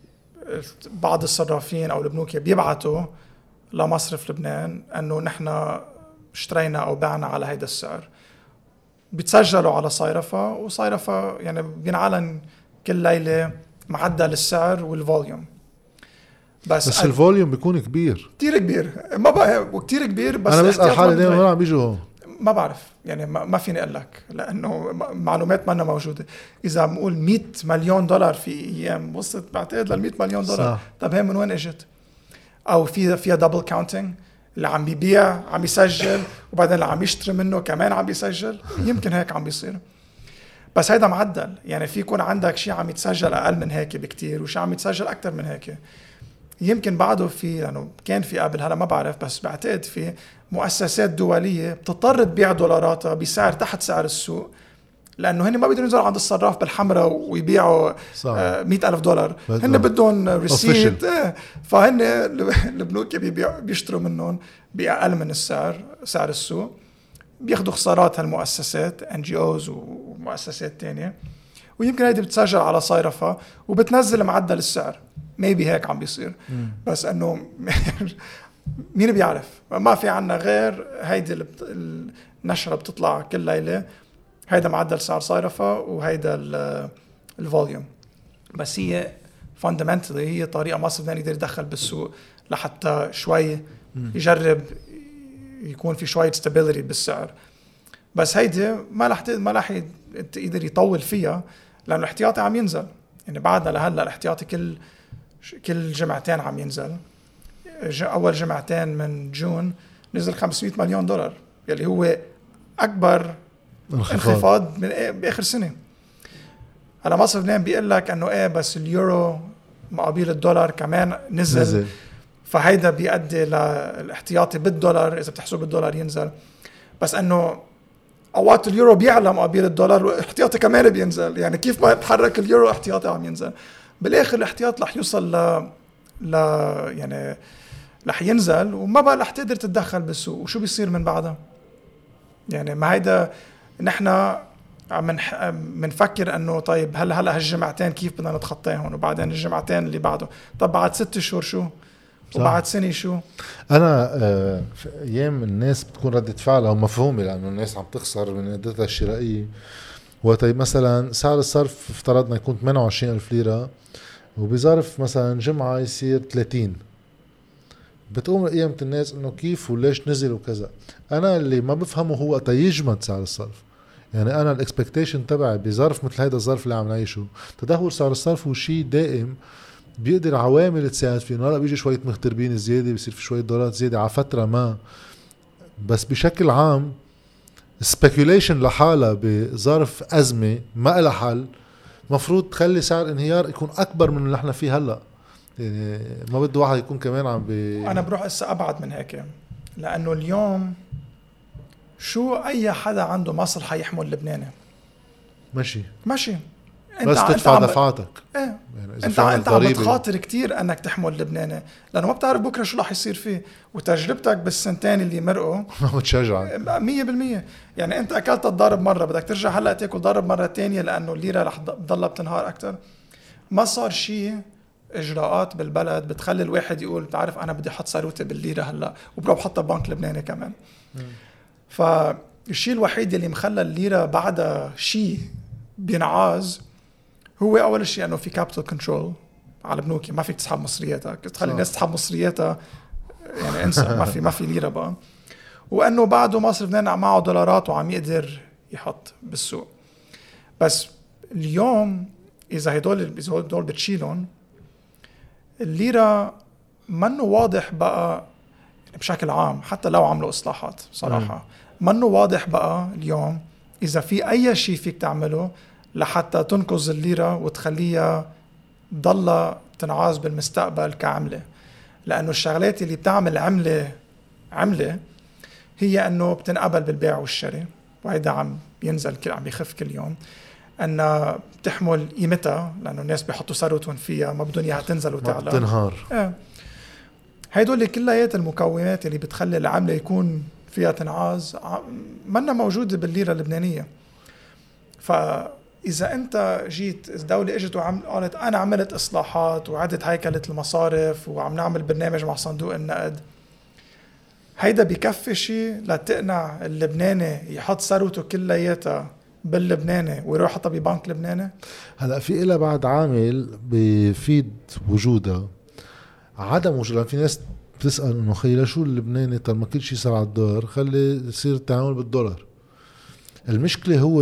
بعض الصرافين او البنوك بيبعتوا لمصرف لبنان انه نحن اشترينا او بعنا على هيدا السعر، بتسجلوا على صيرفة، وصيرفة يعني بينعلن كل ليلة معدل السعر والفوليوم. بس, بس الفوليوم بيكون كبير كتير كبير، ما بقى وكتير كبير. بس انا بسأل حالي دايما وين عم بيجوا، ما بعرف يعني ما, ما فيني اقول لك لانه معلومات ما أنا موجوده. اذا بنقول مية مليون دولار في ايام وصلت بعتقد لل مية مليون دولار صح. طب هي من وين اجت؟ او في فيها دبل كاونتينج، اللي عم بيبيع عم يسجل وبعدين اللي عم يشتري منه كمان عم بيسجل، يمكن هيك عم بيصير. بس هيدا معدل، يعني في يكون عندك شيء عم يتسجل اقل من هيك بكتير وشيء عم يتسجل اكثر من هيك. يمكن بعده في لانه يعني كان في قبل، هلا ما بعرف، بس بعتقد في مؤسسات دوليه بتضطر تبيع دولاراتها بسعر تحت سعر السوق، لانه هن ما بيقدروا ينزلوا عند الصراف بالحمراء ويبيعوا آه مئة ألف دولار، هن بدهم ريسيت. آه فهن البنوك بيبيعوا بيشتروا منهم باقل من السعر سعر السوق، بياخذوا خسارات هالمؤسسات ان جي اوز ومؤسسات تانية، ويمكن هيدي بتسجل على صيرفة وبتنزل معدل السعر. ميبي هيك عم بيصير. مم. بس انه مين بيعرف؟ ما في عنا غير هيدي اللي بت... النشرة بتطلع كل ليلة، هيدا معدل سعر صيرفة وهيدا الفوليوم. بس هي fundamentally هي طريقة مصر بدنا يقدر يدخل بالسوق لحتى شوي يجرب يكون في شوية stability بالسعر. بس هيدي ما رح ما رح يقدر يطول فيها، لأنه الاحتياطي عم ينزل. يعني بعدنا لهلا الاحتياطي كل كل جمعتين عم ينزل. أول جمعتين من جون نزل خمسمية مليون دولار، يلي هو أكبر انخفاض من إيه بآخر سنة. على مصر لبنان بيقول لك أنه إيه بس اليورو مقابل الدولار كمان نزل, نزل. فهيدا بيؤدي للاحتياطي بالدولار إذا بتحسب بالدولار ينزل. بس أنه أوقات اليورو بيعلى مقابل الدولار واحتياطي كمان بينزل، يعني كيف ما يتحرك اليورو احتياطي عم ينزل. بالاخر الاحتياط رح يوصل ل ل يعني رح ينزل وما بقى رح تقدر تتدخل بالسوق. وشو بيصير من بعدها؟ يعني ما هيدا نحن عم منفكر انه طيب هلا هلا هالجمعتين كيف بدنا نتخطاهم، وبعدين الجمعتين اللي بعده طب بعد ست شهور شو؟ وبعد سنة شو؟ أنا آه في أيام الناس بتكون ردة فعلها ومفهومة لأنه الناس عم تخسر من قدرتها الشرائية. وقت مثلا سعر الصرف افترضنا يكون ثمانية وعشرين ألف ليرة وبظرف مثلا جمعة يصير ثلاثين، بتقوم قيمة الناس انه كيف وليش نزل وكذا. انا اللي ما بفهمه هو وقت يجمد سعر الصرف. يعني انا الاكسبكتيشن تبعي بظرف مثل هيدا الظرف اللي عم نعيشه، تدهور سعر الصرف هو شيء دائم بيقدر عوامل تساعد فيه. هلا بيجي شوية مغتربين زيادة، بيصير في شوية دولارات زيادة على فترة ما، بس بشكل عام speculation لحالها بظرف أزمة ما إلها حل مفروض تخلي سعر انهيار يكون أكبر من اللي احنا فيه هلأ. يعني ما بده واحد يكون كمان عم بي... أنا بروح إسا أبعد من هيك، لأنه اليوم شو أي حدا عنده مصر حيحمل لبناني؟ ماشي ماشي انت بس تدفع دفعاتك. ايه يعني انت انت عم بتخاطر كتير انك تحمل لبناني لانه ما بتعرف بكره شو رح يصير فيه، وتجربتك بالسنتين اللي مرقوا ما بتشجعك مية بالمية. يعني انت اكلت الضرب مره، بدك ترجع هلا تاكل ضرب مره تانية لانه الليره رح تضلها بتنهار اكتر. ما صار شيء اجراءات بالبلد بتخلي الواحد يقول بتعرف انا بدي احط ثروتي بالليره هلا وبروح بحطها ببنك لبناني كمان. فالشيء الوحيد اللي مخلى الليره بعدها شيء بينعاز هو اول شيء انه في كابيتال كنترول على بنوك، ما فيك تسحب مصرياتك، تخلي الناس تسحب مصرياتها يعني انسى ما في ما في ليره بقى. وانه بعده مصر لبنان معه دولارات وعم يقدر يحط بالسوق. بس اليوم اذا هدول اذا هدول بتشيلهم الليره منه واضح بقى بشكل عام، حتى لو عملوا اصلاحات صراحه منه واضح بقى اليوم اذا في اي شيء فيك تعمله لحتى تنقذ الليرة وتخليها ضلها تنعاز بالمستقبل كعملة. لأنه الشغلات اللي بتعمل عملة عملة هي أنه بتنقبل بالبيع والشراء، وهيدا عم ينزل كل عم يخف كل يوم، أنها بتحمل قيمتها لأنه الناس بيحطوا ثروتهم فيها ما بدهم إياها تنزل وتعلى تنهار. اه. هيدول كليات المكونات اللي بتخلي العملة يكون فيها تنعاز منا موجودة بالليرة اللبنانية. ف إذا أنت جيت الدولة إجت وقالت أنا عملت إصلاحات وعدت هيكلة المصارف وعم نعمل برنامج مع صندوق النقد، هيدا بكفي شيء لتقنع اللبناني يحط ثروته كلياتها باللبناني ويروح يحطها ببنك لبناني؟ هلا في إلها بعد عامل بفيد وجودها عدم وجودها. في ناس بتسأل إنه خي شو اللبناني طال ما كل شيء صار على الدولار خلي يصير التعامل بالدولار. المشكلة هو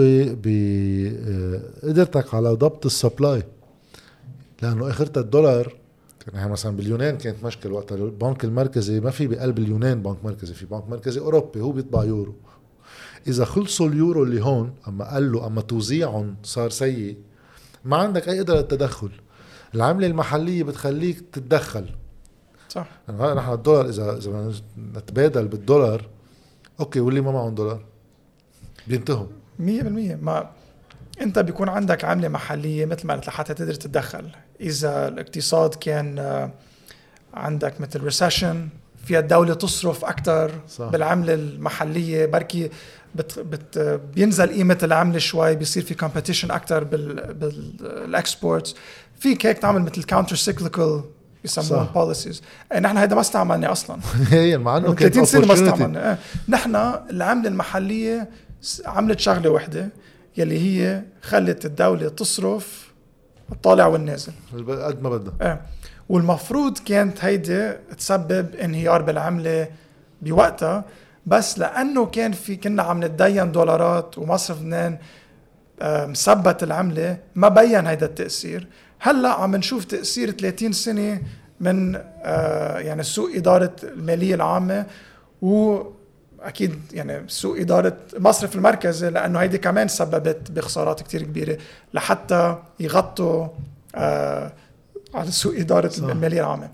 بقدرتك على ضبط السبلاي، لأنه آخرتها الدولار يعني مثلا باليونان كانت مشكلة وقتها البنك المركزي ما في بقلب اليونان بنك مركزي، في بنك مركزي أوروبي هو بيطبع يورو. إذا خلصوا اليورو اللي هون أما قلوا أما توزيعهم صار سيء ما عندك أي قدرة التدخل. العملة المحلية بتخليك تتدخل. صح. يعني نحن الدولار إذا إذا نتبادل بالدولار أوكي، واللي ما معهم دولار بينتهوا مية بالمية. ما انت بيكون عندك عملة محلية مثل ما قلت لحتى تقدر تتدخل. اذا الاقتصاد كان عندك مثل ريسيشن فيها الدولة تصرف اكتر صح. بالعملة المحلية بركي بت بت بينزل قيمة العملة شوي، بيصير في كومبيتيشن اكتر بال بالاكسبورتس. فيك هيك تعمل مثل كاونتر سيكليكال يسموها بوليسيز. نحن هيدا ما استعملنا اصلا هي مع انه كانت ثلاثين سنة ما استعملنا. نحن العملة المحلية عملت شغلة واحدة يلي هي خلت الدولة تصرف الطالع والنازل قد ما بدها. اه. والمفروض كانت هيدي تسبب انهيار بالعملة بوقتها، بس لأنه كان في كنا عم نتدين دولارات ومصرف لبنان مثبت العملة ما بين هيدا التأثير. هلأ عم نشوف تأثير ثلاثين سنة من آه يعني سوء إدارة المالية العامة، وأكيد يعني سوء إدارة مصرف المركزي لأنه هيدي كمان سببت بخسارات كتير كبيرة لحتى يغطوا آه على سوء إدارة صح. المالية العامة.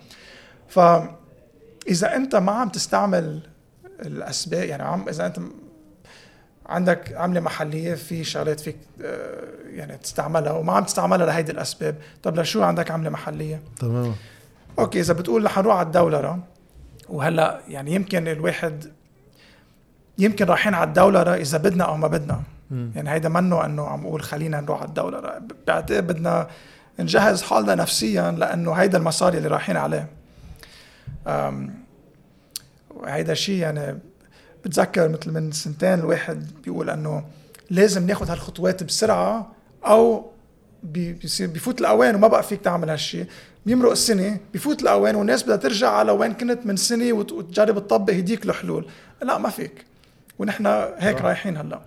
فإذا أنت ما عم تستعمل الأسباب، يعني عم إذا أنت عندك عملة محلية في شغلات فيك يعني تستعملها وما عم تستعملها لهيدي الأسباب، طب لشو عندك عملة محلية؟ تمام. أوكي إذا بتقول رح نروح على الدولار، وهلأ يعني يمكن الواحد يمكن رايحين على الدولار إذا بدنا أو ما بدنا. م. يعني هيدا منه أنه عم أقول خلينا نروح على الدولار، بعتقد بدنا نجهز حالنا نفسيا لأنه هيدا المصاري اللي رايحين عليه. وهيدا شيء يعني بتذكر مثل من سنتين الواحد بيقول انه لازم ناخد هالخطوات بسرعة او بيصير بيفوت الاوان وما بقى فيك تعمل هالشيء. بيمرق السنة بيفوت الاوان والناس بدها ترجع على وين كنت من سنة وتجرب تطبق هديك الحلول. لا ما فيك، ونحن هيك آه. رايحين هلا.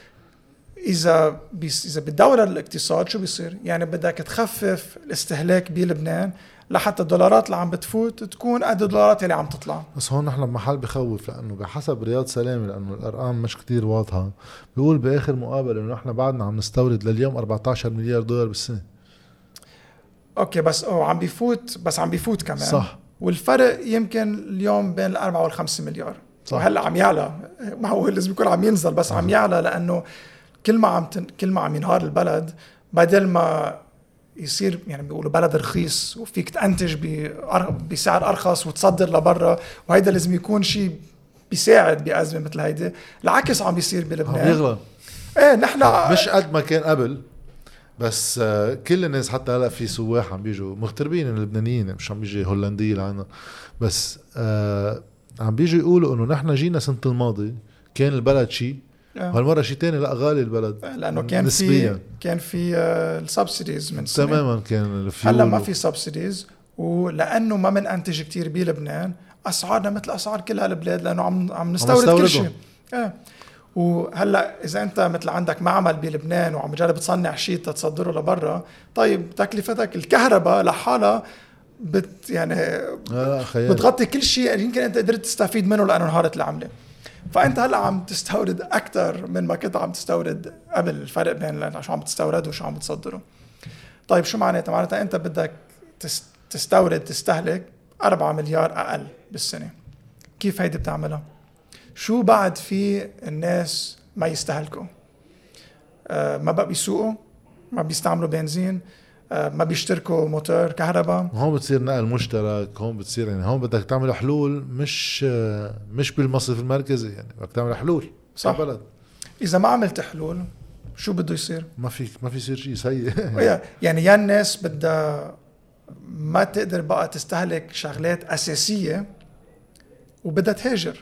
اذا بيس اذا بالدورة الاقتصاد شو بيصير؟ يعني بدك تخفف الاستهلاك بلبنان لحتى الدولارات اللي عم بتفوت تكون قد الدولارات اللي عم تطلع. بس هون نحن بمحل بخوف، لانه بحسب رياض سلامي، لانه الارقام مش كتير واضحه، بيقول باخر مقابله انه نحن بعدنا عم نستورد لليوم أربعة عشر مليار دولار بالسنه. اوكي بس هو عم بيفوت، بس عم بيفوت كمان صح. والفرق يمكن اليوم بين الأربعة والخمسة مليار. صح. وهلا عم يعلى، معقول لازم يكون عم ينزل بس عم يعلى، لانه كل ما عم تن... كل ما عم ينهار البلد بدل ما يصير يعني بيقولوا بلد رخيص وفيك تنتج بسعر أرخص وتصدر لبرا، وهيدا لازم يكون شيء بيساعد بأزمة مثل هيدا. العكس عم بيصير بلبنان، عم يغلى. ايه نحن مش قد ما كان قبل، بس كل الناس حتى هلا في سواح عم بيجوا مغتربين اللبنانيين، مش عم بيجي هولندي لعنا، بس آه عم بيجوا يقولوا انه نحن جينا سنة الماضي كان البلد شيء، وهالمرة شيء تاني لا غالي البلد لأنه كان نسبياً. في كان في السبسيديز من سنة، تماماً كان الفيول. هلا ما في سبسيديز، ولأنه ما من أنتج كتير بلبنان أسعارنا مثل أسعار كل هالبلاد، لأنه عم عم نستورد كل شيء. اه وهلا إذا أنت مثل عندك معمل بلبنان وعم تجرب تصنع شيء تتصدره لبرا، طيب تكلفتك الكهرباء لحالها بت يعني آه بتغطي كل شيء يمكن أنت قدرت تستفيد منه لأنه انهارت العملة. فأنت هلأ عم تستورد أكتر من ما كنت عم تستورد قبل. الفرق بين شو عم تستورد وشو عم بتصدره. طيب شو معناتها؟ معناتها أنت بدك تستورد تستهلك أربعة مليار أقل بالسنة. كيف هيدي بتعملها؟ شو بعد في الناس ما يستهلكوا؟ آه ما بقى بيسوقوا، ما بيستعملوا بنزين، آه ما بيشتركوا موتور كهرباء. هون بتصير نقل مشترك، هون بتصير يعني هون بدك تعمل حلول مش مش بالمصرف المركزي، يعني بدك تعمل حلول صح بلد. إذا ما عملت حلول شو بده يصير؟ ما فيك ما في يصير شيء سيء. يعني يا الناس بدها ما تقدر بقى تستهلك شغلات أساسية وبدها تهاجر،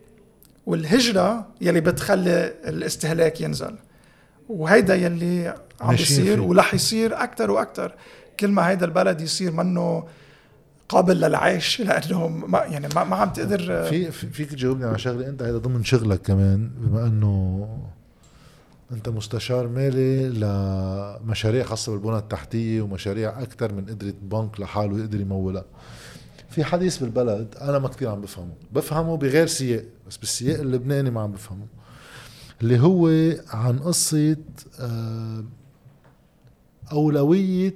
والهجرة يلي بتخلي الاستهلاك ينزل، وهيدا يلي عم بيصير ورح يصير أكتر وأكتر كل ما هيدا البلد يصير منه قابل للعيش، لأنه ما يعني ما, ما عم تقدر. في فيك تجاوبني على شغلة أنت هيدا ضمن شغلك كمان، بما أنه أنت مستشار مالي لمشاريع خاصة بالبنى التحتية ومشاريع أكتر من قدرة بنك لحاله يقدر يمولها. في حديث بالبلد أنا ما كتير عم بفهمه، بفهمه بغير سياق، بس بالسياق اللبناني ما عم بفهمه، اللي هو عن قصة أولوية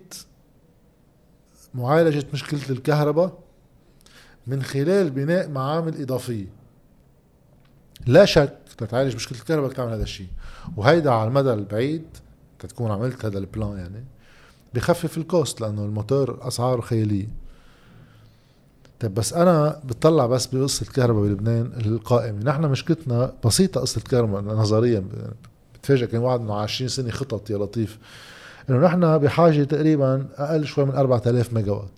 معالجة مشكلة الكهرباء من خلال بناء معامل إضافية. لا شك تتعالج مشكلة الكهرباء تعمل هذا الشيء، وهيدا على المدى البعيد تكون عملت هذا البلان، يعني بخفف الكوست لأنه الموتور أسعاره خيالية. طيب بس أنا بتطلع بس بقصة الكهرباء بلبنان القائمة، نحن مشكلتنا بسيطة. قصة الكهرباء نظريا بتفاجأ كان واحد من عشرين سنة خطط يا لطيف إنه نحن بحاجة تقريبا أقل شوي من أربعة آلاف ميجا وات.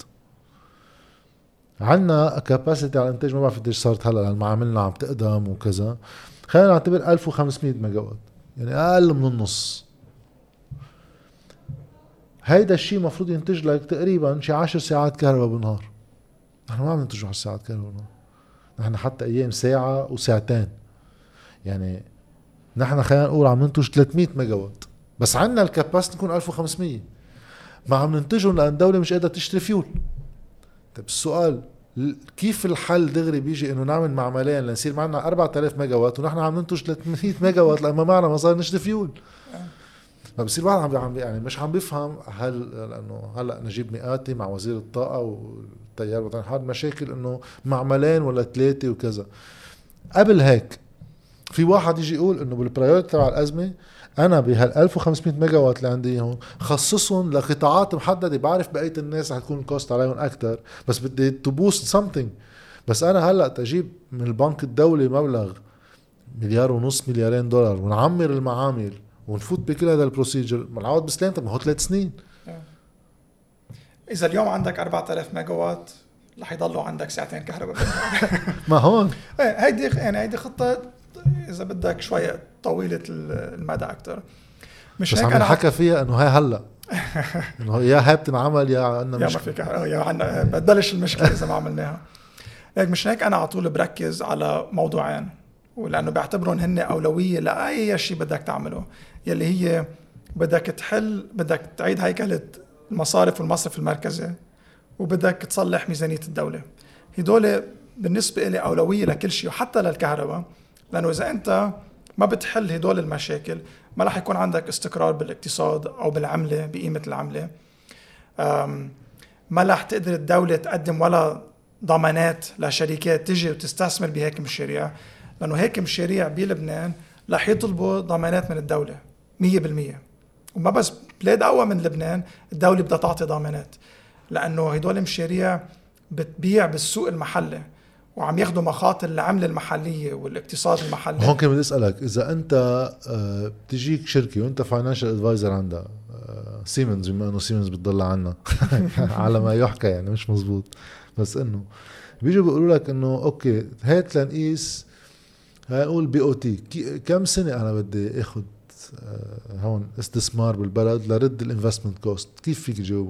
عنا كاباسيتي على الانتاج ما بعرف قديش صارت هلا لما عملنا عم تقدم وكذا، خلينا نعتبر ألف وخمسمية ميجا وات، يعني اقل من النص. هيدا الشيء مفروض ينتج لك تقريبا شي عشر ساعات كهرباء بالنهار. نحن ما عم ننتج عشر ساعات كهرباء بالنهار، نحن حتى ايام ساعه وساعتين. يعني نحن خلينا نقول عم ننتج ثلاثمية ميجا وات، بس عنا الكاباسيتي تكون ألف وخمسمية، ما عم ننتجهم لان الدوله مش قادره تشتري فيول. طيب السؤال كيف الحل دغري بيجي انه نعمل معملين لنصير معنا أربعة آلاف ميجا وات ونحن عم ننتج ثلاثمية ميجا وات لما معنا مصاري نشتري فيول؟ فبصير واحد عم يعني مش عم بيفهم. هل لانه هلا نجيب مئاتي مع وزير الطاقه والتيار الوطني الحر مشاكل انه معملين ولا ثلاثه وكذا. قبل هيك في واحد يجي يقول انه بالبرايورتي تبع الازمه انا بهال ألف وخمسمية ميجا وات اللي عندي هون خصصهم لقطاعات محدده، بعرف بقيه الناس رح تكون الكوست عليهم اكثر، بس بدي تو بوست سمثينج. بس انا هلا تجيب من البنك الدولي مبلغ مليار ونص مليارين دولار ونعمر المعامل ونفوت بكل هذا البروسيجر بنعوض بسلامتك، ما هو ثلاث سنين. اذا اليوم عندك أربعة آلاف ميجا وات رح يضلوا عندك ساعتين كهرباء. ما هون هيدي يعني هيدي خطة إذا بدك شوية طويلة المدى أكتر. مش بس عم حكى فيها إنه هاي هلا إنه يا هاي بتنعمل يا عنا مشكلة. يا ما فيك يا عنا بتبلش المشكلة إذا ما عملناها. هيك مش هيك أنا على طول بركز على موضوعين، ولأنه بعتبرهم هن أولوية لأي شيء بدك تعمله، يلي هي بدك تحل بدك تعيد هيكلة المصارف والمصرف المركزي، وبدك تصلح ميزانية الدولة. هدول بالنسبة لي أولوية لكل شيء وحتى للكهرباء، لأنه إذا أنت ما بتحل هدول المشاكل ما رح يكون عندك استقرار بالاقتصاد أو بالعملة بقيمة العملة. ما رح تقدر الدولة تقدم ولا ضمانات لشركات تجي وتستثمر بهيك مشاريع، لأنه هيك مشاريع بلبنان رح يطلبوا ضمانات من الدولة مية بالمية. وما بس بلاد أقوى من لبنان الدولة بدها تعطي ضمانات، لأنه هدول مشاريع بتبيع بالسوق المحلي وعم ياخدوا مخاطر العملة المحلية والاقتصاد المحلي. هون كمان بدي أسألك، إذا أنت بتجيك شركة وأنت فاينانشال ادفايزر عندها سيمنز، بما أنه سيمنز بتضل عنا على ما يحكى يعني مش مزبوط، بس إنه بيجوا بيقولوا لك إنه أوكي هات لنقيس هنقول بي أو تي كم سنة أنا بدي أخد هون استثمار بالبلد لرد الانفستمنت كوست، كيف فيك تجاوبه؟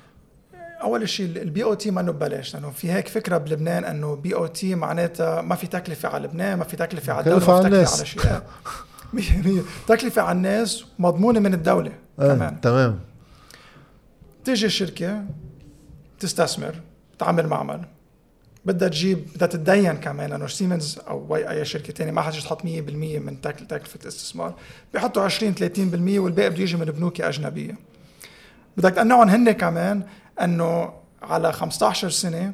اول شيء البي او تي ما انه ببلاش، لانه في هيك فكره بلبنان انه بي او تي معناتها ما في تكلفه على لبنان، ما في تكلفه على الدوله، ما في تكلفه على شيء. مية مية تكلفه على الناس مضمونه من الدوله كمان. تمام. تيجي الشركه تستثمر تعمل معمل، بدها تجيب بدها تتدين كمان، لانه سيمنز او اي شركه ثانيه ما حتجي تحط مية بالمية من تكلفه الاستثمار، بيحطوا عشرين ثلاثين بالمية والباقي بده يجي من بنوك اجنبيه. بدك تقنعهم هن كمان انه على خمسة عشر سنه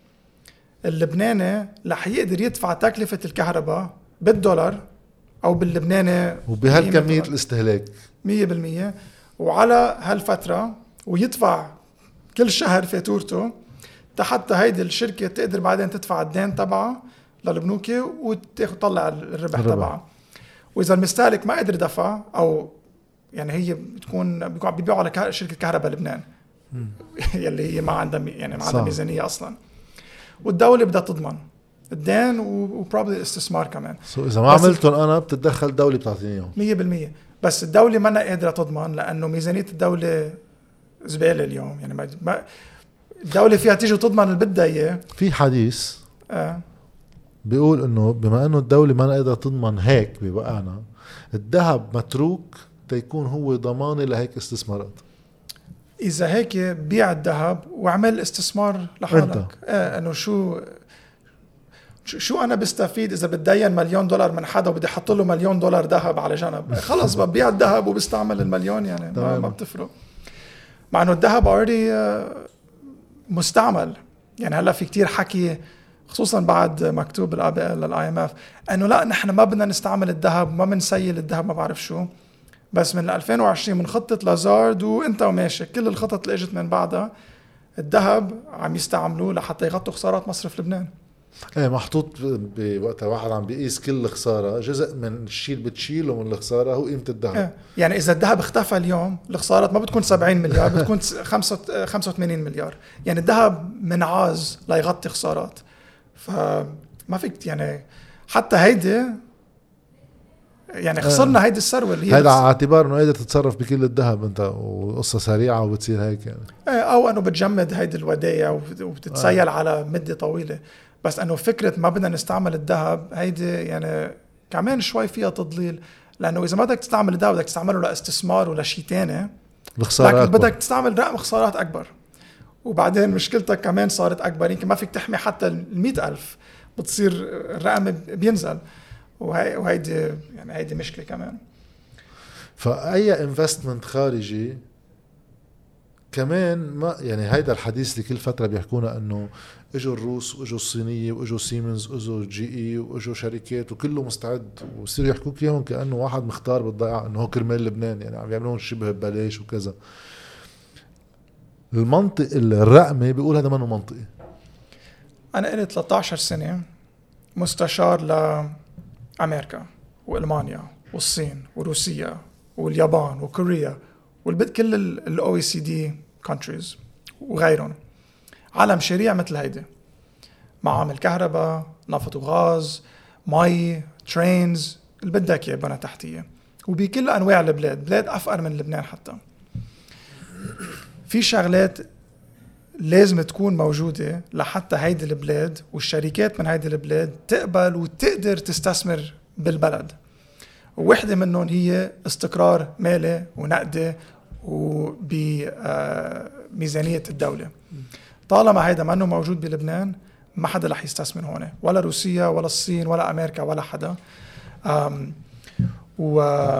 اللبناني رح يقدر يدفع تكلفه الكهرباء بالدولار او باللبناني وبهالكميه الاستهلاك مية بالمية، وعلى هالفتره ويدفع كل شهر فاتورته حتى هيدي الشركه تقدر بعدين تدفع الدين تبعها للبنوك وتطلع الربح تبعها. واذا المستهلك ما قدر دفع او يعني هي بتكون بيبيعوا على شركه كهرباء لبنان يلي هي ما عندها يعني ما عندها ميزانيه اصلا، والدوله بدها تضمن الدين وبروبلي الاستثمار كمان. سو اذا ما عملتهم انا بتتدخل الدوله بتعطيني اياهم مية بالمية، بس الدوله ما قادره تضمن لانه ميزانيه الدوله زباله اليوم. يعني ما الدوله فيها تيجي وتضمن اللي بدها اياه. في حديث آه. بيقول انه بما انه الدوله ما قادره تضمن هيك بوقعنا الذهب متروك تيكون هو ضمانه لهيك استثمارات. إذا هيك بيع الذهب وعمل استثمار لحالك. آه إنه شو شو أنا بستفيد إذا بدين مليون دولار من حدا وبدي أحط له مليون دولار ذهب على جنب؟ خلص ببيع الذهب وبستعمل المليون، يعني ما, ما بتفرق. مع إنه الذهب already مستعمل. يعني هلا في كتير حكي خصوصا بعد مكتوب الآبي للآي إم إف إنه لا نحن ما بدنا نستعمل الذهب، ما بنسيل الذهب، ما بعرف شو. بس من ألفين وعشرين من خطة لازارد وانت وماشي كل الخطط اللي اجت من بعدها الذهب عم يستعملوه لحتى يغطوا خسارات مصرف لبنان. ايه محطوط بوقت واحد عم بيقيس كل خسارة، جزء من الشيء اللي بتشيله من الخسارة هو قيمة الذهب. ايه يعني إذا الذهب اختفى اليوم الخسارات ما بتكون سبعين مليار بتكون خمسة وثمانين مليار. يعني الذهب منعاز لا يغطي خسارات، فما فيك يعني حتى هيدي يعني خسرنا. آه. هيدي الثروه اللي هي هيدا على اعتبار انه قادر تتصرف بكل الذهب انت وقصه سريعه وبتصير هيك يعني. او انه بتجمد هيدي الودايع وبتتسيل آه. على مده طويله. بس انه فكره ما بدنا نستعمل الذهب هيدي يعني كمان شوي فيها تضليل، لانه اذا ما بدك تستعمل الذهب بدك تستعمله لاستثمار ولا شيء ثاني الخساره لكن بدك تستعمل رقم خسارات اكبر، وبعدين مشكلتك كمان صارت اكبر. يمكن ما فيك تحمي حتى المئة ألف، بتصير الرقم بينزل، وهي وهيدي يعني هيدي مشكله كمان. فاي انفستمنت خارجي كمان ما يعني هيدا الحديث اللي كل فتره بيحكونا انه اجوا الروس واجوا الصينيه واجوا سيمنز واجوا جي اي واجوا شركات وكله مستعد، ويصيروا يحكوك اياهم كانه واحد مختار بالضيعه انه هو كرمال لبنان، يعني عم يعملون شبه ببلاش وكذا. المنطق الرقمي بيقول هذا منه منطقي. انا قلت ثلاثة عشر سنه مستشار لامريكا والمانيا والصين وروسيا واليابان وكوريا والبد كل الاو اي سي دي كونتريز وغيرهم على مشاريع مثل هيدي. معامل كهرباء، نفط وغاز، مي، ترينز، اللي بدك اياه بنى تحتيه، وبكل انواع البلاد، بلاد افقر من لبنان حتى. في شغلات لازم تكون موجودة لحتى هيدي البلاد والشركات من هيدي البلاد تقبل وتقدر تستثمر بالبلد. وواحدة منهم هي استقرار مالي ونقدي وبميزانية الدولة. طالما هيدا منه موجود بلبنان ما حدا رح يستثمر هون، ولا روسيا ولا الصين ولا أمريكا ولا حدا. و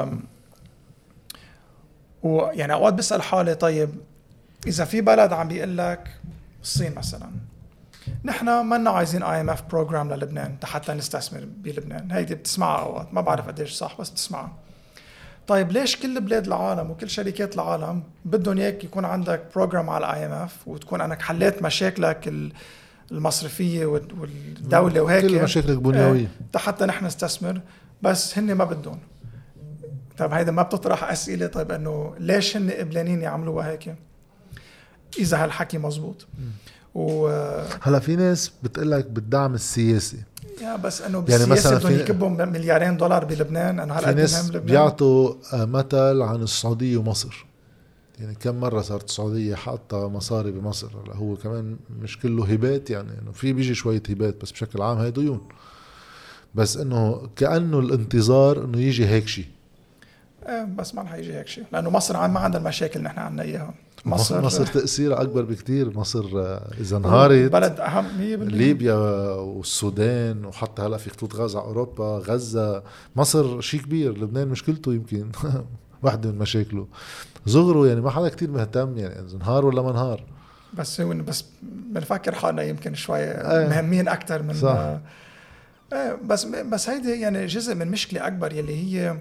ويعني أوقات بسأل حالي، طيب إذا في بلد عم بيقول لك الصين مثلا، نحن منا عايزين آي إم إف بروجرام للبنان حتى نستثمر بلبنان، هيدي بتسمعها أوقات، ما بعرف قديش صح بس بتسمعها. طيب ليش كل بلاد العالم وكل شركات العالم بدهم اياك يكون عندك بروجرام على الاي ام اف وتكون انك حليت مشاكلك المصرفيه والدوله وهيك كل مشاكلك البنيويه اه حتى نحن نستثمر، بس هن ما بدهم. طيب هيدا ما بتطرح اسئله، طيب انه ليش هن قبلانين يعملوها هيك اذا هالحكي مزبوط؟ و هلا في ناس بتقلك بالدعم السياسي، يا بس انه بالسياسه يعني بدهم يكبوا مليارين دولار بلبنان، انه هلا في ناس بيعطوا مثل عن السعوديه ومصر. يعني كم مره صارت السعوديه حاطه مصاري بمصر، هلا هو كمان مش كله هبات، يعني انه في بيجي شويه هبات بس بشكل عام هي ديون. بس انه كانه الانتظار انه يجي هيك شيء. ايه بس ما رح يجي هيك شيء، لانه مصر ما عندها المشاكل اللي نحن عندنا اياها. مصر مصر تأثيرها أكبر بكتير. مصر إذا انهارت بلد أهم مية بالمية. ليبيا والسودان وحتى هلا في خطوط غاز على أوروبا، غزة. مصر شيء كبير، لبنان مشكلته يمكن واحدة من مشاكله زغره، يعني ما حدا كتير مهتم يعني إذا انهار ولا ما انهار. بس هو بس بنفكر حالنا يمكن شوية آه. مهمين أكتر من صح. آه بس بس هيدي يعني جزء من مشكلة أكبر يلي هي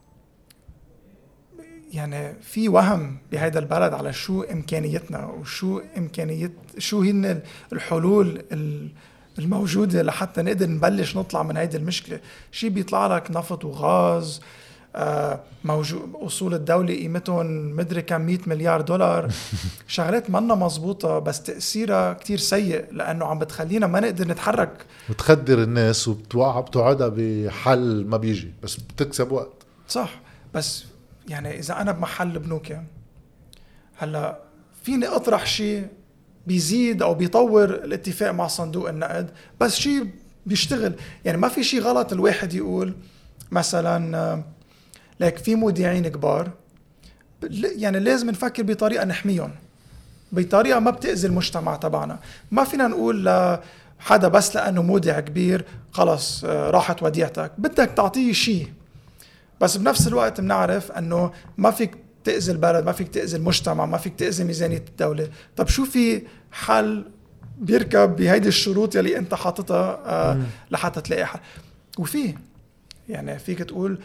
يعني في وهم بهذا البلد على شو إمكانيتنا وشو إمكانية شو هن الحلول الموجودة لحتى نقدر نبلش نطلع من هذه المشكلة. شي بيطلع لك نفط وغاز آه موجود، أصول الدولة قيمتهم مدري كم مئة مليار دولار شغلات منا مزبوطة بس تأثيرها كتير سيء، لأنه عم بتخلينا ما نقدر نتحرك، بتخدر الناس وبتوعى بتوعدها بحل ما بيجي بس بتكسب وقت. صح. بس يعني إذا أنا بمحل بنوكي هلا فيني أطرح شيء بيزيد أو بيطور الاتفاق مع صندوق النقد، بس شيء بيشتغل. يعني ما في شيء غلط الواحد يقول مثلا لك في مودعين كبار، يعني لازم نفكر بطريقة نحميهم، بطريقة ما بتأذي المجتمع تبعنا. ما فينا نقول لحدا بس لأنه مودع كبير خلص راحت وديعتك، بدك تعطيه شيء، بس بنفس الوقت بنعرف أنه ما فيك تأذي البلد، ما فيك تأذي المجتمع، ما فيك تأذي ميزانية الدولة. طب شو في حل بيركب بهيدي الشروط يلي أنت حاططها آه لحتى تلاقي حل؟ وفيه يعني فيك تقول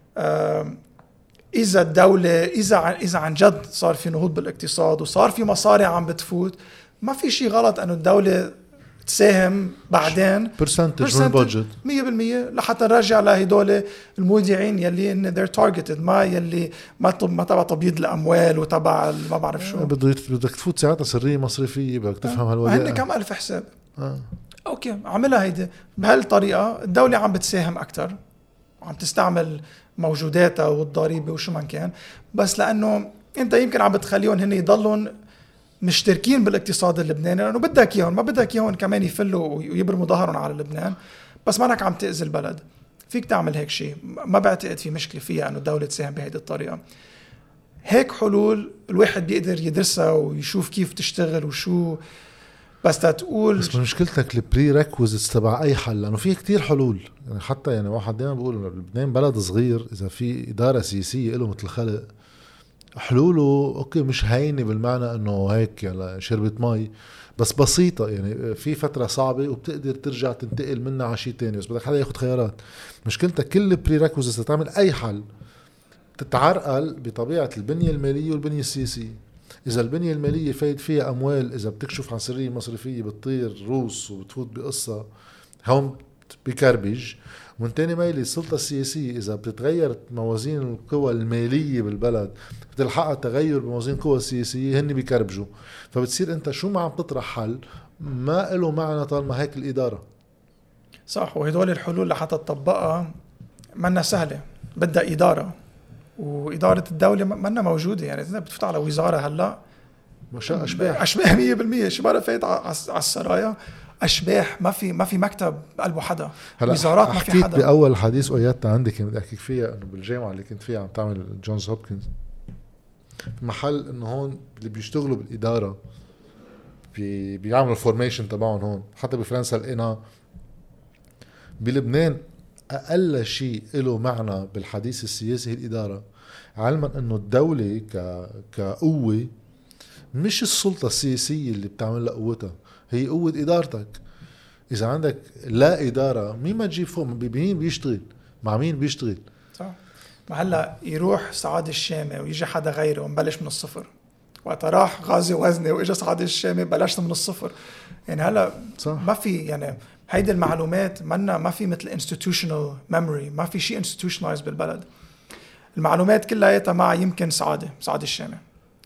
آه إذا الدولة إذا عن إذا عن جد صار في نهوض بالاقتصاد وصار في مصاري عم بتفوت، ما في شيء غلط أنه الدولة تساهم بعدين برسنتج من البادجت مية بالمية لحتى نرجع لهدول المودعين يلي إن they're targeted، ما يلي ما طب ما تبع تبييض الأموال وتبع ما بعرف شو. بده بدك تفوت ساعتها سرية مصرفية، بدك تفهم هالودائع. هن كم ألف حساب. آه. أوكي عملها هيدي بهالطريقة، الدولة عم بتساهم أكتر، عم تستعمل موجوداتها والضريبة وشو ما كان، بس لأنه أنت يمكن عم بتخليهم هن يضلون مشتركين بالاقتصاد اللبناني، لأنه بدك إياهم ما بدك إياهم كمان يفلوا ويبرموا ظهرهم على لبنان، بس ما انك عم تأذي البلد. فيك تعمل هيك شيء، ما بعتقد في مشكلة فيها أنه الدولة تساهم بهذه الطريقة. هيك حلول الواحد بيقدر يدرسها ويشوف كيف تشتغل وشو، بس تقول بس مشكلتك البري ريكويزيتس تبع أي حل، لأنه في كتير حلول. يعني حتى يعني واحد دائما بيقول إنه لبنان بلد صغير، إذا في إدارة سياسية له مثل خلق حلوله أوكي مش هينة بالمعنى أنه هيك يعني شربة مي، بس بسيطة. يعني في فترة صعبة وبتقدر ترجع تنتقل منها على شيء تاني، بس بدك حدا ياخد خيارات. مشكلتك كل بري ريكويزيتس تعمل أي حل تتعرقل بطبيعة البنية المالية والبنية السياسية. إذا البنية المالية فايد فيها أموال، إذا بتكشف عن سرية مصرفية بتطير روس وبتفوت بقصة هون بكربج، ومن تاني ميلي السلطة السياسية إذا بتتغير موازين القوى المالية بالبلد بتلحقها تغير بموازين القوى السياسية هن بيكربجوا. فبتصير أنت شو ما عم تطرح حل ما له معنى طالما هيك الإدارة. صح. وهدول الحلول لحتى تطبقها منا سهلة، بدها إدارة، وإدارة الدولة منا موجودة. يعني إذا بتفوت على وزارة هلأ مشاء أشباح أشباح مية بالمية. شبارة فايت على السرايا أشباح، ما في ما في مكتب بقلبه حدا، وزارات ما في حدا. حكيت بأول حديث وياتا عندي كنت بدي أحكيك فيها إنه بالجامعة اللي كنت فيها عم تعمل جونز هوبكنز محل إنه هون اللي بيشتغلوا بالإدارة بي بيعملوا الفورميشن تبعهم هون. حتى بفرنسا لقينا بلبنان أقل شيء له معنى بالحديث السياسي هي الإدارة، علما إنه الدولة ك كقوة مش السلطة السياسية اللي بتعمل لها قوتها، هي قوة إدارتك. إذا عندك لا إدارة مين ما تجيب فوق، مين بيشتغل مع مين بيشتغل. صح. ما هلا يروح سعاد الشامي ويجي حدا غيره ونبلش من الصفر، وقت راح غازي وزني وإجا سعاد الشامي بلشت من الصفر. يعني هلا ما في، يعني هيدي المعلومات منا ما في مثل institutional memory، ما في شيء institutionalized بالبلد. المعلومات كلها مع يمكن سعادة سعاد الشامي،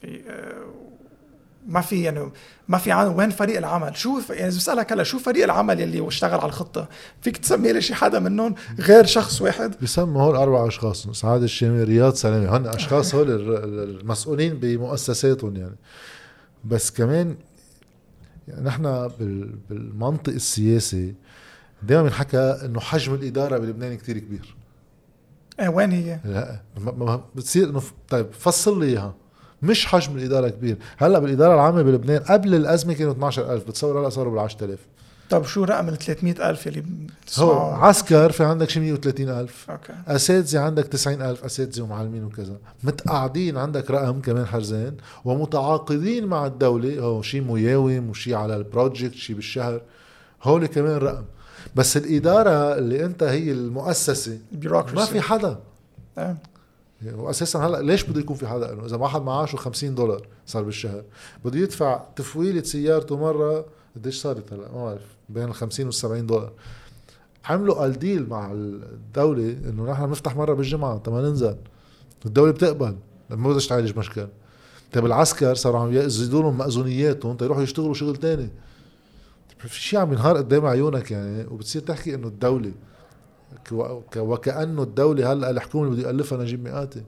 ما في يعني ما في عن وين فريق العمل. شو يعني بسألك هلا شو فريق العمل اللي اشتغل على الخطة؟ فيك تسمي لي شي حدا منهم غير شخص واحد؟ بيسموا هول أربع أشخاص، سعاد الشامي، رياض سلامة، هن أشخاص هول المسؤولين بمؤسساتهم. يعني بس كمان يعني نحن بالمنطق السياسي دائما بنحكى إنه حجم الإدارة بلبنان كتير كبير. إيه وين هي؟ لا ما بتصير إنه طيب فصل لي إياها. مش حجم الإدارة كبير. هلأ بالإدارة العامة بلبنان قبل الأزمة كانوا اثني عشر ألف، بتصور هلأ صاروا بالعشرة آلاف. طب شو رقم ال ثلاثمية ألف اللي هو عسكر في عندك شي مية وثلاثين ألف، أوكي. أساتذة عندك تسعين ألف، أساتذة ومعلمين وكذا. متقاعدين عندك رقم كمان حرزان، ومتعاقدين مع الدولة هو شي مياوم وشي على البروجيكت شي بالشهر، هول كمان رقم. بس الإدارة اللي أنت هي المؤسسة ما في حدا. أه. واساسا هلا ليش بده يكون في حدا؟ انه اذا واحد معاشه خمسين دولار صار بالشهر بده يدفع تفويله سيارته مره قديش صارت هلا ما بعرف بين ال خمسين وال سبعين دولار. عملوا الديل مع الدوله انه نحن نفتح مره بالجمعه تما ننزل، الدوله بتقبل لما بدها تعالج مشكل. طيب العسكر صاروا عم يزيدوا لهم مأذونياتهم تيروحوا يشتغلوا شغل تاني. في شيء عم ينهار قدام عيونك يعني، وبتصير تحكي انه الدوله وكأنه الدولة هلأ الحكومة اللي بده يألفها نجيب مئاتي.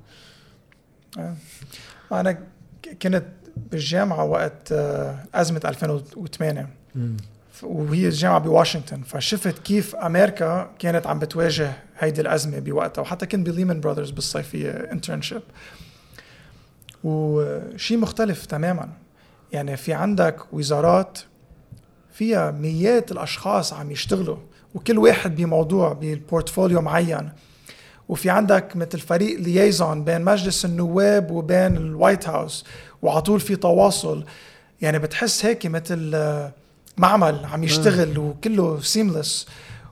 أنا كنت بالجامعة وقت أزمة ألفين وثمانية وهي الجامعة بواشنطن، فشفت كيف أمريكا كانت عم بتواجه هيدي الأزمة بوقتها، وحتى كنت بليمان براذرز بالصيفية انترنشيب. وشي مختلف تماما، يعني في عندك وزارات فيها مئات الأشخاص عم يشتغلوا وكل واحد بموضوع بالبورتفوليو معين، وفي عندك مثل فريق ليايزون بين مجلس النواب وبين الوايت هاوس، وعطول في تواصل. يعني بتحس هيك مثل معمل عم يشتغل وكله سيملس،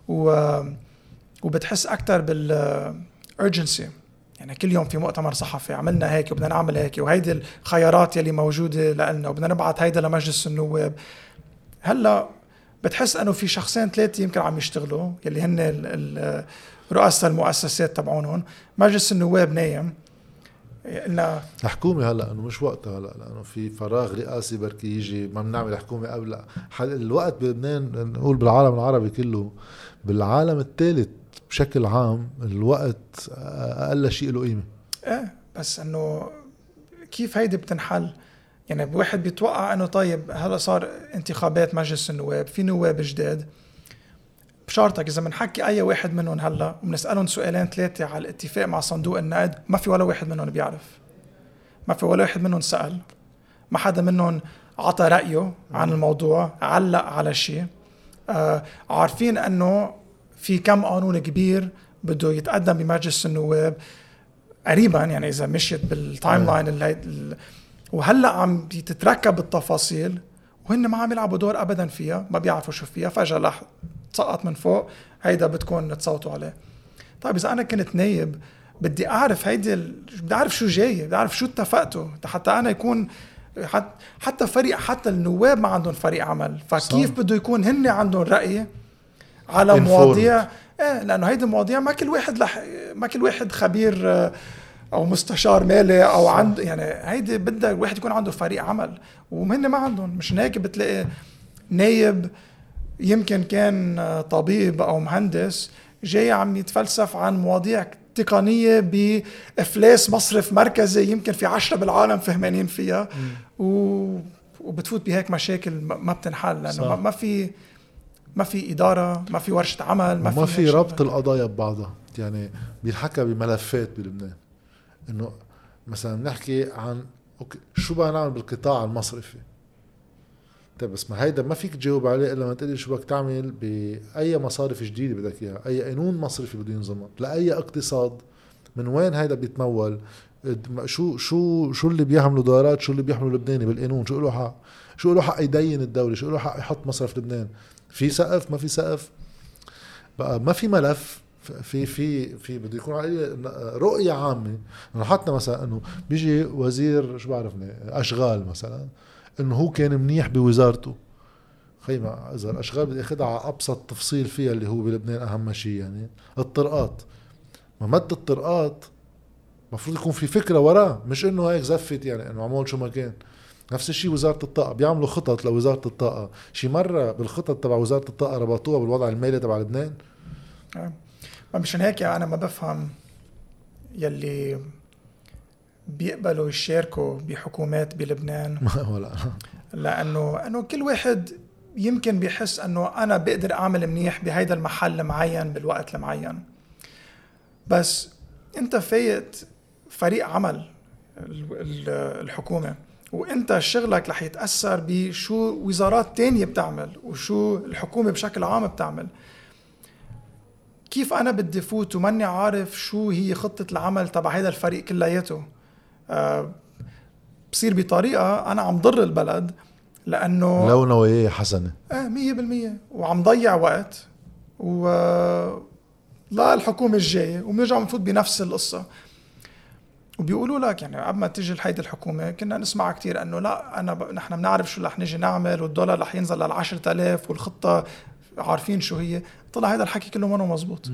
وبتحس أكتر بالurgency. يعني كل يوم في مؤتمر صحفي عملنا هيك وبدنا نعمل هيك، وهيدي الخيارات يلي موجودة لنا وبدنا نبعث هيدا لمجلس النواب. هلأ بتحس أنه في شخصين ثلاثة يمكن عم يشتغلوا يلي هن رؤساء المؤسسات تبعونهم. مجلس النواب نايم. قلنا الحكومة هلأ أنه مش وقتها هلأ لأنه في فراغ رئاسي بركي يجي ما بنعمل حكومة قبل الوقت. بلبنان نقول بالعالم العربي كله، بالعالم الثالث بشكل عام الوقت أقل شيء له قيمة. إيه بس أنه كيف هيدي بتنحل؟ يعني بواحد بيتوقع أنه طيب هلا صار انتخابات مجلس النواب، في نواب جداد بشارتك إذا بنحكي أي واحد منهم هلا وبنسألهم سؤالين ثلاثة على الاتفاق مع صندوق النقد، ما في ولا واحد منهم بيعرف، ما في ولا واحد منهم سأل، ما حدا منهم عطى رأيه عن الموضوع، علق على شيء. آه عارفين أنه في كم قانون كبير بده يتقدم بمجلس النواب قريبا، يعني إذا مشيت بالتايم لاين اللي وهلأ عم بتتركب التفاصيل وهن ما عم يلعبوا دور أبدا فيها، ما بيعرفوا شو فيها، فجأة لح تسقط من فوق هيدا بتكون تصوتوا عليه. طيب إذا أنا كنت نايب بدي أعرف هيدي ال... بدي أعرف شو جاي، بدي أعرف شو اتفقتوا حتى أنا يكون حت... حتى فريق حتى النواب ما عندهم فريق عمل، فكيف صح. بده يكون هن عندهم رأي على مواضيع ايه لانه هيدي المواضيع ما كل واحد لح... ما كل واحد خبير او مستشار مالي او عنده، يعني هيدي بدها الواحد يكون عنده فريق عمل، ومهن ما عندهم. مش هيك بتلاقي نايب يمكن كان طبيب او مهندس جاي عم يتفلسف عن مواضيع تقنيه بافلاس مصرف مركزي يمكن في عشرة بالعالم فهمانين فيها، و... وبتفوت بهيك مشاكل ما بتنحل لانه صح. ما في ما في اداره، ما في ورشه عمل، ما في ما في ربط القضايا ببعضها. يعني بينحكى بملفات بلبنان انه مثلا نحكي عن اوكي شو بدنا نعمل بالقطاع المصرفي. طيب بس ما هيدا ما فيك تجاوب عليه الا ما تقولي شو بدك تعمل باي مصارف جديده بدك اياها، اي قانون مصرفي بده ينظم لاي اقتصاد، من وين هيدا بيتمول، شو شو شو اللي بيعملوا دولارات، شو اللي بيحملوا لبناني بالقانون، شو له حق، شو له حق يدين الدوله، شو له حق يحط مصرف لبنان، في سقف ما في سقف. بقى ما في ملف، في في في بده يكون عليه رؤيه عامه. انه حتى مثلا انه بيجي وزير شو بعرفني اشغال مثلا انه هو كان منيح بوزارته، خيمة اذا الاشغال بدي اخذها على ابسط تفصيل فيها اللي هو بلبنان اهم شيء يعني الطرقات. ممد الطرقات مفروض يكون في فكره وراه، مش انه هيك زفت يعني انه عمول شو ما كان. نفس الشيء وزارة الطاقة، بيعملوا خطط لوزارة الطاقة، شي مرة بالخطط تبع وزارة الطاقة ربطوها بالوضع المالي تبع لبنان؟ ما مشان هيك أنا ما بفهم يلي بيقبلوا يشاركوا بحكومات بلبنان ولا لأنه أنه كل واحد يمكن بيحس أنه أنا بقدر أعمل منيح بهيدا المحل المعين بالوقت المعين، بس أنت فايت فريق عمل الحكومة وانت شغلك رح يتأثر بشو وزارات تانية بتعمل وشو الحكومة بشكل عام بتعمل. كيف انا بدي فوت وماني عارف شو هي خطة العمل تبع هذا الفريق كلياته؟ أه بصير بطريقة انا عم ضر البلد لانه لو نوعية حسنة اه مية بالمية وعم ضيع وقت و لا الحكومة الجاية وبنرجع بنفوت بنفس القصة. وبيقولوا لك يعني قبل ما تيجي هيدي الحكومة كنا نسمع كتير انه لا انا ب... نحن بنعرف شو رح نيجي نعمل والدولار رح ينزل للعشرة آلاف والخطة عارفين شو هي. طلع هيدا الحكي كله منه مزبوط.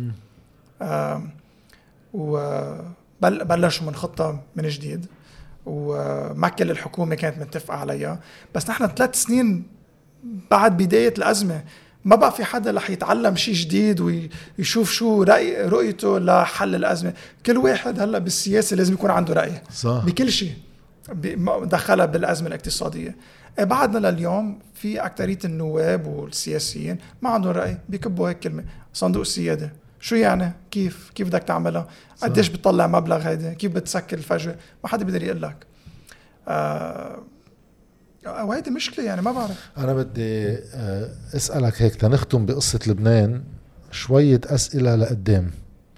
وبلشوا من خطة من جديد وما كل الحكومة كانت متفقة عليها، بس نحن ثلاث سنين بعد بداية الأزمة ما بقى في حدا رح يتعلم شيء جديد ويشوف شو رأي رؤيته لحل الأزمة. كل واحد هلأ بالسياسة لازم يكون عنده رأي صح. بكل شيء دخلها بالأزمة الاقتصادية. بعدنا لليوم في أكترية النواب والسياسيين ما عندهم رأي، بيكبوا هيك كلمة صندوق السيادة. شو يعني؟ كيف كيف بدك تعملها؟ قديش بتطلع مبلغ هيدا؟ كيف بتسكر الفجوة؟ ما حدا بيقدر يقول لك. آه وهيدي مشكلة يعني ما بعرف. أنا بدي أسألك هيك تنختم بقصة لبنان شوية أسئلة لقدام.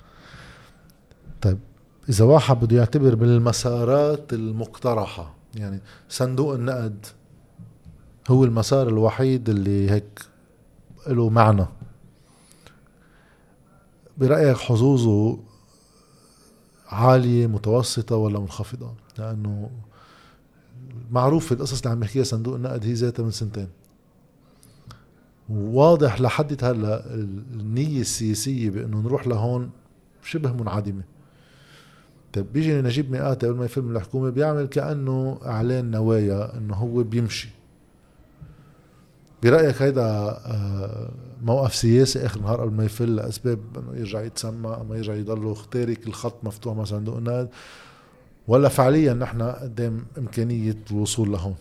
طيب إذا واحد بده يعتبر بالمسارات المقترحة، يعني صندوق النقد هو المسار الوحيد اللي هيك له معنى، برأيك حظوظه عالية متوسطة ولا منخفضة؟ لأنه معروف القصص اللي عم نحكيها صندوق النقد هي ذاتها من سنتين، واضح لحد هلا النية السياسية بأنه نروح لهون شبه منعدمة. طيب بيجي نجيب مئات قبل ما يفهم الحكومة بيعمل كأنه إعلان نوايا أنه هو بيمشي. برأيك هيدا موقف سياسي آخر نهار قبل ما يفل لأسباب أنه يرجع يتسمى أما يرجع يضله اختارك الخط مفتوح مع صندوق النقد، ولا فعليا نحن قدام إمكانية الوصول لهون؟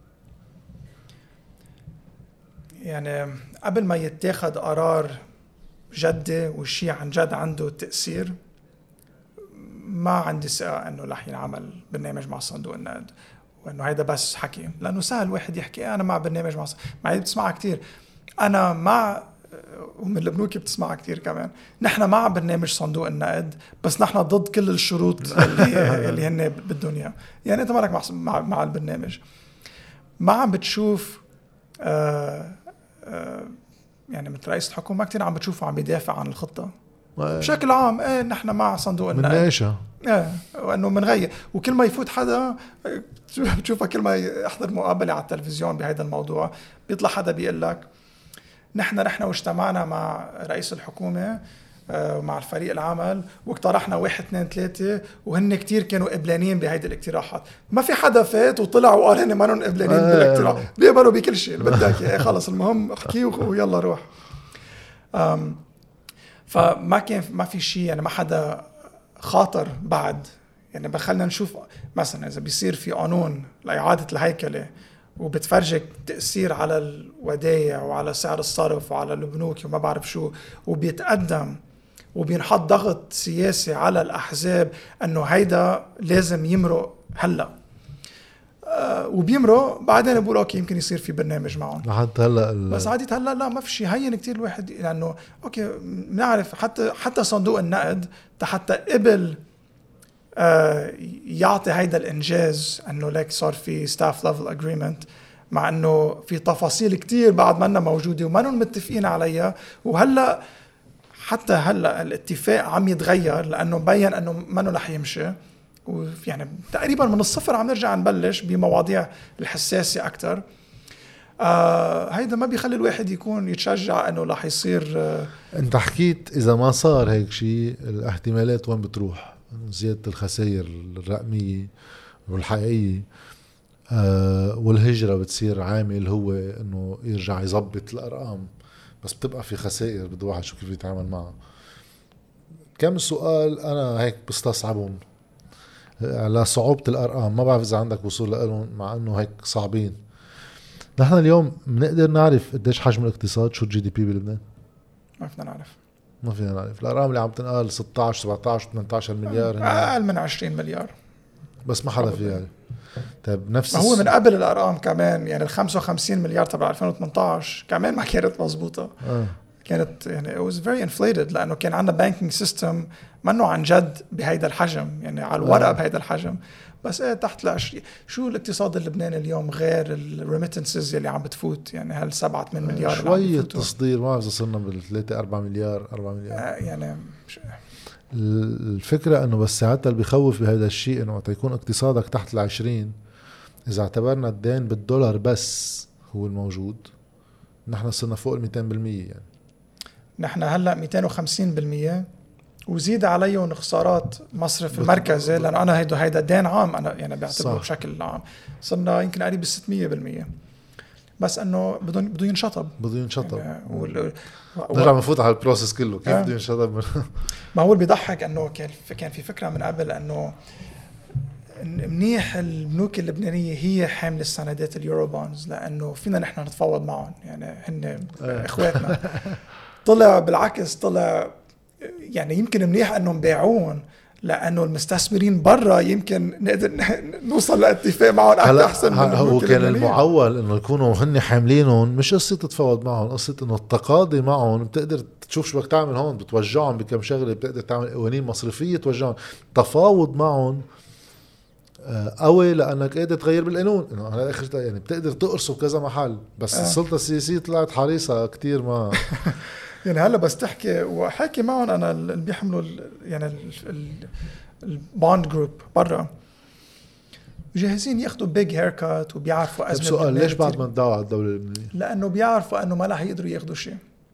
يعني قبل ما يتاخد قرار جدي والشيء عن جد عنده تأثير ما عندي ثقة انه رح ينعمل برنامج مع صندوق النقد، وانه هيدا بس حكي، لانه سهل واحد يحكي انا مع برنامج مع مع بتسمعها كتير انا مع، ومن البنوك بتسمعها كتير كمان نحن مع برنامج صندوق النقد بس نحن ضد كل الشروط اللي اللي هن بالدنيا. يعني انت مالك مع مع البرنامج، ما عم بتشوف آآ آآ يعني مثل رئيس الحكومة كتير عم بتشوفه عم بيدافع عن الخطة بشكل عام. ايه نحن مع صندوق النقد مناقشة ايه وانه منغير، وكل ما يفوت حدا بتشوفها كل ما يحضر مقابلة على التلفزيون بهذا الموضوع بيطلع حدا بيقول لك نحن رحنا واجتمعنا مع رئيس الحكومة مع الفريق العمل واقترحنا واحد اثنين ثلاثة وهن كتير كانوا قبلانين بهيدي الاقتراحات. ما في حدا فات وطلع وقال هن ما نون قبلانين آه بالاقتراح، بيقبلوا بكل شيء اللي بدك اياه خلص المهم احكي ويلا روح. فما كان ما في شيء يعني ما حدا خاطر بعد يعني بخلنا نشوف مثلا إذا بيصير في قانون لإعادة الهيكلة وبتفرجك تأثير على الودايع وعلى سعر الصرف وعلى البنوك وما بعرف شو، وبيتقدم وبينحط ضغط سياسي على الأحزاب أنه هيدا لازم يمرق هلأ أه وبيمرق بعدين بقول أوكي يمكن يصير في برنامج معهم لحد هلأ بس عادي هلأ لا ما في شيء هين كتير الواحد لأنه أوكي بنعرف حتى حتى صندوق النقد حتى قبل آه يعطي هيدا الإنجاز أنه لك صار في staff level agreement مع أنه في تفاصيل كتير بعد ما أننا موجودة وما نون متفقين عليها. وهلأ حتى هلأ الاتفاق عم يتغير لأنه مبين أنه ما نون رح يمشي ويعني تقريبا من الصفر عم نرجع نبلش بمواضيع الحساسة أكتر. آه هيدا ما بيخلي الواحد يكون يتشجع أنه رح يصير آه أنت حكيت إذا ما صار هيك شيء الاحتمالات وين بتروح؟ زيادة الخسائر الرقمية والحقيقية آه والهجرة بتصير عامل هو انه يرجع يضبط الارقام بس بتبقى في خسائر بده واحد شو كيف يتعامل معها. كم سؤال انا هيك بستصعبهم على صعوبة الارقام ما بعرف اذا عندك وصول لهم مع انه هيك صعبين. نحن اليوم بنقدر نعرف قديش حجم الاقتصاد شو الجي دي بي بلبنان؟ ما فينا نعرف ما فينا نعرف. الارقام اللي عم تنقال ستة عشر سبعة عشر ثمانية عشر مليار اقل من عشرين مليار بس ما حدا فيها. طيب نفس ما هو من قبل الارقام كمان يعني ال خمسة وخمسين مليار تبع ألفين وثمانية عشر كمان ما كانت مزبوطه آه. كانت يعني it was very inflated لانه كان عندنا banking system منه عن جد بهيدا الحجم يعني على الورق آه. بهيدا الحجم بس ايه تحت العشرين. شو الاقتصاد اللبناني اليوم غير الريميتنسز اللي عم بتفوت يعني هل سبعة ثمانية مليار شوية تصدير ما بعرف اذا صرنا بالثلاثة أربعة مليار أربعة مليار آه يعني مش... الفكرة انه بس ساعتها اللي بيخوف بهذا الشيء انه يكون اقتصادك تحت العشرين اذا اعتبرنا الدين بالدولار بس هو الموجود نحن صرنا فوق المئتين بالمية يعني نحن هلأ مئتين وخمسين بالمية وزيد عليهم خسارات مصرف المركزي لأنه أنا هيدا هيدا دين عام أنا يعني بعتبره بشكل عام صرنا يمكن قريب ستمية بالمية بس أنه بدون بدون ينشطب بدون ينشطب يعني وال... نرجع بنفوت على البروسيس كله كيف بده ينشطب. ما هو اللي بيضحك أنه كان كان في فكرة من قبل أنه منيح البنوك اللبنانية هي حامل السندات اليورو بونز لأنه فينا نحن نتفاوض معهم يعني هن إخواتنا. طلع بالعكس طلع يعني يمكن منيح أنهم باعون لأنه المستثمرين برا يمكن نقدر نوصل لاتفاق معهم أكثر أحسن من هو كان المعول إنه يكونوا هن حاملينهم مش قصة تتفاوض معهم قصة إنه التقاضي معهم بتقدر تشوف شو بدك تعمل هون بتوجعهم بكم شغلة بتقدر تعمل قوانين مصرفية توجعهم. تفاوض معهم قوي لأنك قادر تغير بالقانون إنه على آخر يعني بتقدر تقرصه بكذا محل بس آه. السلطة السياسية طلعت حريصة كتير ما يعني هلا بس تحكي وحكي معهم أنا اللي بيحملوا يعني البوند جروب برا جاهزين ياخدوا بيج هيركات وبيعرفوا أزمة. سؤال ليش بعد ما ندعوا على الدولة اللبنانية؟ لأنه بيعرفوا أنه ما رح يقدروا ياخدوا شيء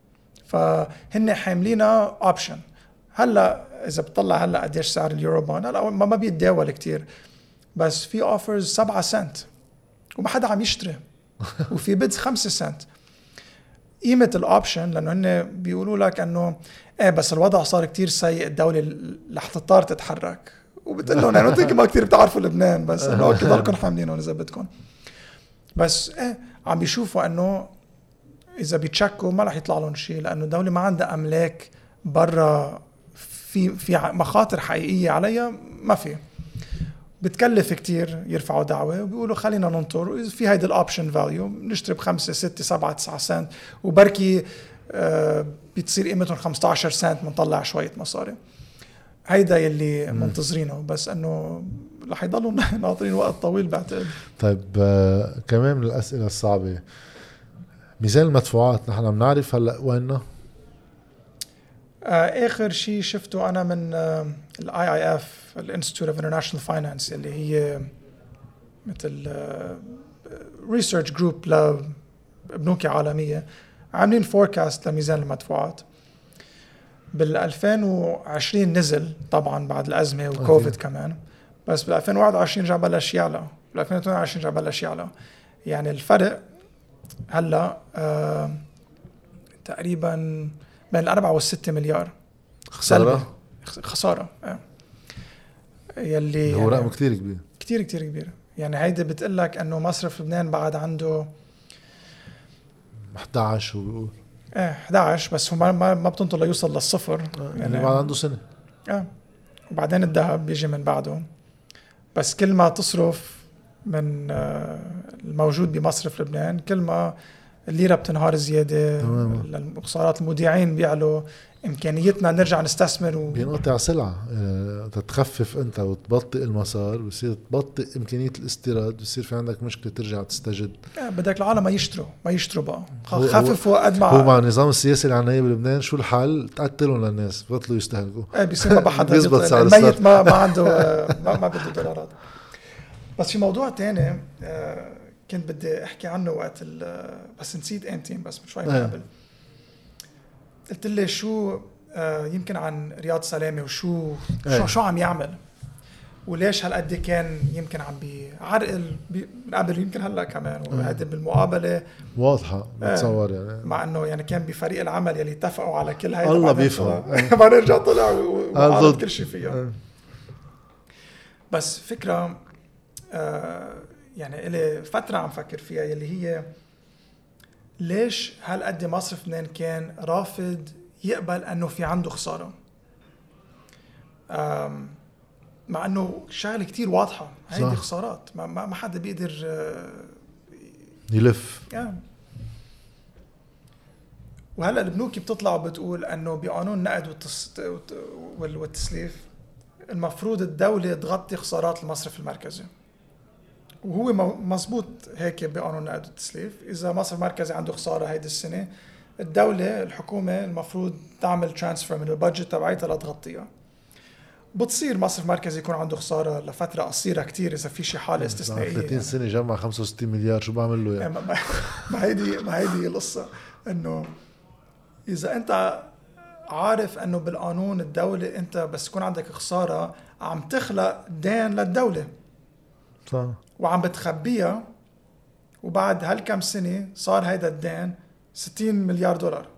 فهن حاملينها أوبشن. هلا إذا بتطلع هلا قديش سعر اليورو بون هلا ما ما بيتداول كتير بس في أوفرز سبعة سنت وما حدا عم يشتري وفي بيدز خمسة سنت. قيمة الأوبشن لأنه هن بيقولوا لك أنه إيه بس الوضع صار كتير سيء الدولة رح تضطر تتحرك وبتقول لهم يعني أنتم ما كتير بتعرفوا لبنان بس إنه أوكي ضلكم حاملينهم إذا بدكم بس إيه عم بيشوفوا أنه إذا بيتشكوا ما رح يطلع لهم شيء لأنه الدولة ما عندها أملاك برا في في مخاطر حقيقية عليها ما في بتكلف كتير يرفعوا دعوة وبيقولوا خلينا ننطر في هيدا الأوبشن فاليو نشتري بخمسة ستة سبعة تسعة سنت وبركي آه بتصير قيمتهم خمسة عشر سنت منطلع شوية مصاري. هيدا يلي منتظرينه بس أنه رح يضلوا ناطرين وقت طويل بعتقد. طيب آه كمان من الأسئلة الصعبة ميزان المدفوعات نحن بنعرف هلأ ويننا؟ آه آخر شيء شفته أنا من آه ال آي آي إف ال Institute of International Finance اللي هي مثل آه research group لبنوك عالمية عاملين forecast لميزان المدفوعات. بال ألفين وعشرين نزل طبعا بعد الأزمة وكوفيد أوكي. كمان، بس بال ألفين وواحد وعشرين رجع بلش يعلى، بال ألفين واثنين وعشرين رجع بلش يعلى. يعني الفرق هلا آه تقريبا بين الأربعة والستة مليار خسارة خسارة آه. يلي هو يعني رقم كتير كبير كتير كتير كبير. يعني هيدا بتقلك أنه مصرف لبنان بعد عنده إحدى عشر وبيقول ايه إحدى عشر، بس هو ما ما بتنطر ليوصل للصفر يعني, يعني بعد عنده سنة. اه وبعدين الذهب بيجي من بعده. بس كل ما تصرف من آه الموجود بمصرف لبنان كل ما الليرة بتنهار زيادة، الخسارات المودعين بيعلوا، إمكانيتنا نرجع نستثمر و... بينقطع سلعة يعني تتخفف أنت وتبطئ المسار بصير تبطئ إمكانية الاستيراد، بصير في عندك مشكلة ترجع تستجد. بدك العالم ما يشتروا ما يشتروا بقى خففوا قد ما هو مع النظام السياسي العناية بلبنان شو الحل؟ تقتلهم للناس بطلوا يستهلكوا. ايه بيصير ما بحد بيزبط سعر الميت ما ما عنده ما, ما بده دولارات. بس في موضوع تاني آه كنت بدي احكي عنه وقت بس نسيت امتى، بس من شوي من قبل قلت لي شو آه يمكن عن رياض سلامة وشو أيه. شو شو عم يعمل وليش هالقد كان يمكن عم بيعرقل بي من قبل يمكن هلا كمان، وهذا بالمقابله واضحه بتصور يعني مع انه يعني كان بفريق العمل يلي اتفقوا على كل هاي الله بيفهم ما نرجع طلع وعرض كل شيء فيها. بس فكره آه يعني إلي فتره عم فكر فيها يلي هي ليش هالقد مصرف لبنان كان رافض يقبل انه في عنده خساره، مع انه شغله كتير واضحه هيدي خسارات ما ما حدا بيقدر يلف يعني. وهلا البنوك بتطلع وبتقول انه بقانون النقد والتسليف المفروض الدوله تغطي خسارات المصرف المركزي، وهو مزبوط هيك بقانون النقد والتسليف. اذا مصرف مركزي عنده خساره هيدي السنه الدوله الحكومه المفروض تعمل ترانسفير من البادجت تبعيتها لتغطيها. بتصير مصرف مركزي يكون عنده خساره لفتره قصيره كتير اذا في شي حاله استثنائيه ثلاثين يعني. سنه جمع خمسة وستين مليار شو بعمل له يعني؟ ما هيدي ما هيدي القصه انه اذا انت عارف انه بالقانون الدوله انت بس يكون عندك خساره عم تخلق دين للدوله صح وعم بتخبيها، وبعد هالكم سنه صار هيدا الدين ستين مليار دولار.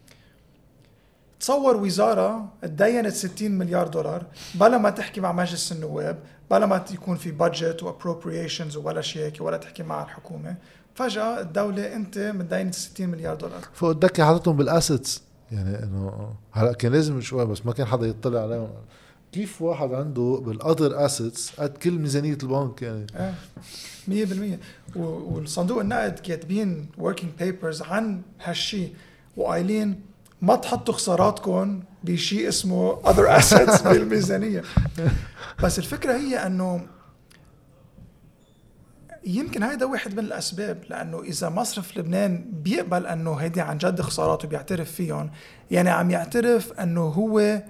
تصور وزارة اتدينت ستين مليار دولار بلا ما تحكي مع مجلس النواب، بلا ما يكون في بادجت وابروبريشنز ولا شيء هيك، ولا تحكي مع الحكومة. فجأة الدولة انت متدينت ستين مليار دولار فوق الدكة حاطتهم بالاسيتس، يعني انه هلا كان لازم شوي بس ما كان حدا يطلع عليهم. كيف واحد عنده بالاذر اسيتس قد كل ميزانية البنك يعني؟ اه مية بالمية. والصندوق النقد كاتبين working papers عن هالشي وقايلين ما تحطوا خساراتكم بشيء اسمه other assets بالميزانية. بس الفكرة هي أنه يمكن هذا واحد من الأسباب، لأنه إذا مصرف لبنان بيقبل أنه هيدي عن جد خسارات وبيعترف فيهم، يعني عم يعترف أنه هو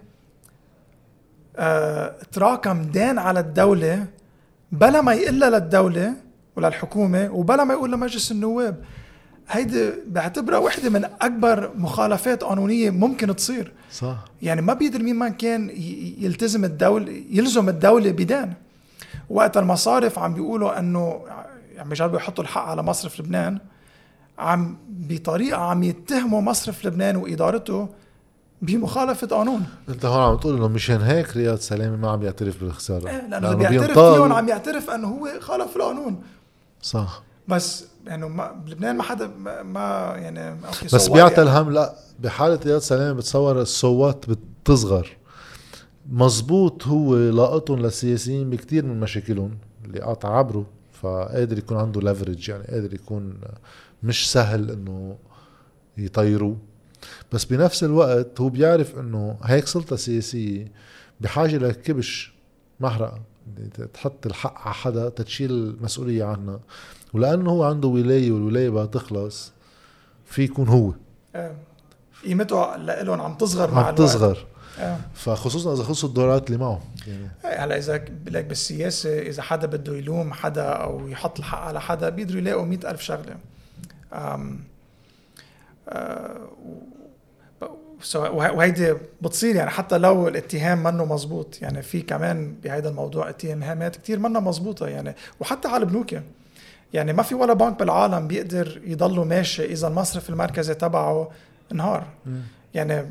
آه تراكم دين على الدولة بلا ما يقلها للدولة ولا الحكومة وبلا ما يقول لمجلس النواب. هيدي بعتبرها واحدة من أكبر مخالفات قانونية ممكن تصير. صح. يعني ما بيقدر مين ما كان يلتزم الدولة يلزم الدولة بدين. وقت المصارف عم بيقولوا أنه عم يجربوا يحطوا الحق على مصرف لبنان، عم بطريقة عم يتهموا مصرف لبنان وإدارته بمخالفة قانون. انت هون عم تقول انه مشان هيك رياض سلامة ما عم يعترف بالخسارة، إيه لأنه بيعترف فيهم عم يعترف أنه هو خالف القانون. صح. بس يعني ما بلبنان ما حدا ما يعني بس بيعطي يعني. الهم لا بحالة رياض سلامة بتصور الصوات بتصغر. مزبوط هو لاقطهم للسياسيين بكتير من مشاكلهم اللي قاطع عبره، فقادر يكون عنده ليفرج، يعني قادر يكون مش سهل انه يطيروه. بس بنفس الوقت هو بيعرف انه هيك سلطة سياسية بحاجة لكبش محرقة تحط الحق على حدا تتشيل المسؤولية عنها، ولأنه هو عنده ولاية والولاية بقى تخلص في يكون هو قيمته لهم عم تصغر مع عم الوقت. تصغر آه. فخصوصا إذا خلصوا الدورات اللي معه يعني. هلا إذا لك بالسياسة إذا حدا بده يلوم حدا أو يحط الحق على حدا بيقدروا يلاقوا مئة ألف شغلة. وهيدي بتصير يعني حتى لو الاتهام منه مزبوط، يعني في كمان بهذا الموضوع اتهامات كتير منه مزبوطة يعني. وحتى على البنوك يعني ما في ولا بنك بالعالم بيقدر يضله ماشي إذا المصرف المركزي تبعه انهار. م. يعني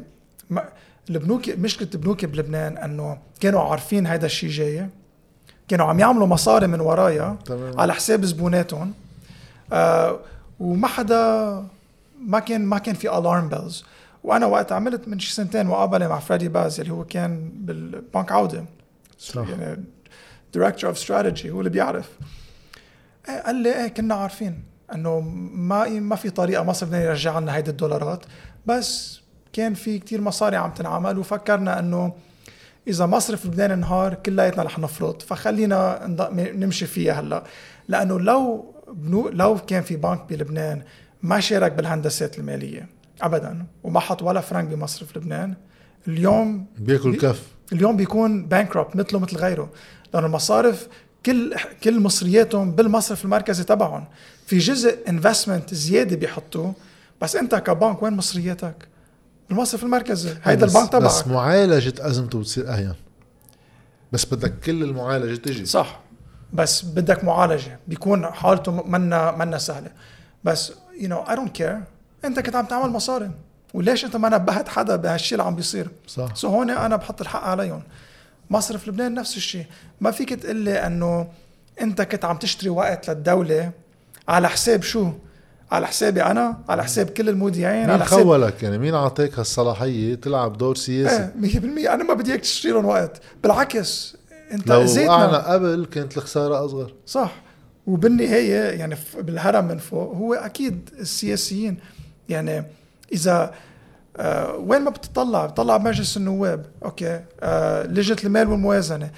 البنوك، مشكلة البنوك بلبنان أنه كانوا عارفين هيدا الشيء جاي، كانوا عم يعملوا مصاري من ورايا على حساب زبوناتهم، آه وما حدا ما كان ما كان في alarm bells. وأنا وقت عملت من شي سنتين مقابلة مع فريدي باز اللي هو كان بالبنك عودة، صح. يعني director of strategy، هو اللي بيعرف. قال لي ايه كنا عارفين انه ما ما في طريقه مصر بدنا يرجع لنا هيدي الدولارات، بس كان في كتير مصاري عم تنعمل وفكرنا انه اذا مصرف لبنان انهار كلياتنا رح نفرط، فخلينا نمشي فيها هلا. لانه لو بنو لو كان في بنك بلبنان ما شارك بالهندسات الماليه ابدا وما حط ولا فرنك بمصرف لبنان، اليوم بياكل بي كف، اليوم بيكون بانكروبت مثله مثل غيره. لانه المصارف كل كل مصرياتهم بالمصرف المركزي تبعهم، في جزء انفستمنت زياده بيحطوه، بس انت كبنك وين مصرياتك؟ المصرف المركزي، هيدا البنك تبعك. بس معالجه ازمته بتصير اهين، بس بدك كل المعالجه تجي، صح، بس بدك معالجه بيكون حالته منا منا سهله. بس you know I don't care، انت كنت عم تعمل مصاري، وليش انت ما نبهت حدا بهالشيء اللي عم بيصير؟ صح. سو هون انا بحط الحق عليهم. مصرف لبنان نفس الشيء، ما فيك تقلي انه انت كنت عم تشتري وقت للدولة على حساب شو؟ على حسابي انا، على حساب كل المودعين، مين على حساب خولك؟ يعني مين عطيك هالصلاحية تلعب دور سياسي؟ ايه مية بالمية. انا ما بدي اياك تشتري لهم وقت، بالعكس انت لو اذيتنا. وقعنا قبل كانت الخسارة اصغر. صح. وبالنهاية يعني بالهرم من فوق هو اكيد السياسيين. يعني اذا آه وين ما بتطلع بتطلع بمجلس النواب، اوكي، آه لجنة المال والموازنة،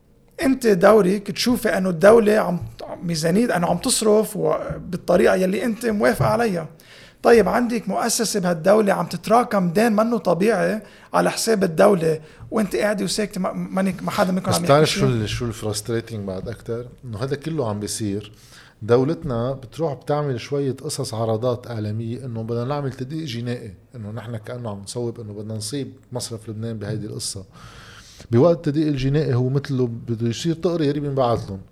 انت دورك تشوفي انه الدولة عم ميزانية انه عم تصرف بالطريقة يلي انت موافق عليها. طيب عندك مؤسسة بهالدولة عم تتراكم دين منه طبيعي على حساب الدولة، وانت قاعدة وساكتة ما ما حدا منكم عم يحكي. بس بتعرف شو شو الفرستريتنج بعد اكتر؟ انه هذا كله عم بيصير، دولتنا بتروح بتعمل شوية قصص عرضات اعلامية انه بدنا نعمل تدقيق جنائي، انه نحن كأنه عم نصوب انه بدنا نصيب مصرف لبنان بهيدي القصة. بوقت التدقيق الجنائي هو مثله بده يصير تقرير بينبعث لهم،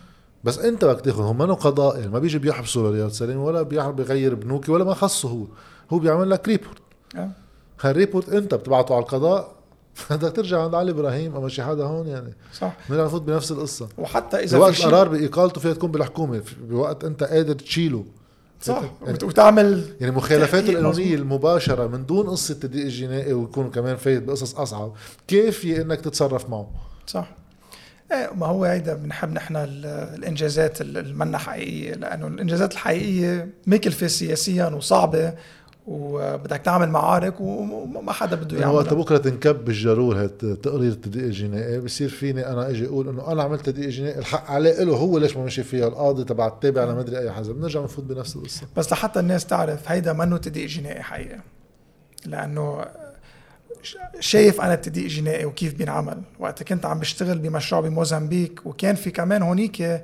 بس انت بدك تاخذ. هم منو قضائي، ما بيجي بيحبسوا لرياض سليم ولا بيغير بنوكي ولا ما خصه، هو هو بيعمل لك ريبورت. اه هالريبورت انت بتبعته على القضاء، بدك ترجع عند علي ابراهيم او شي حدا هون. يعني صح، بنرجع نفوت بنفس القصه. وحتى اذا وقت قرار باقالته فيها تكون بالحكومه، بوقت انت قادر تشيله. صح، يعني وتعمل يعني مخالفات القانونيه المباشره من دون قصه التدقيق الجنائي ويكون كمان فايت بقصص اصعب، كيفيه انك تتصرف معه. صح. ايه ما هو هيدا بنحب نحن الانجازات المنا حقيقيه، لانه الانجازات الحقيقيه مكلفه سياسيا وصعبه وبدك تعمل معارك وما حدا بده يعمل. وقت بكره تنكب بالجرور هات تقرير التدقيق الجنائي، بصير فيني انا اجي اقول انه انا عملت تدقيق جنائي، الحق عليه له، هو ليش ما مشي فيها القاضي تبع التابع على ما ادري اي حزب. بنرجع نفوت بنفس القصه. بس لحتى الناس تعرف هيدا منه تدقيق جنائي حقيقه، لانه شايف انا التدقيق الجنائي وكيف بينعمل. وقت كنت عم بشتغل بمشروع بموزمبيق، وكان في كمان هونيك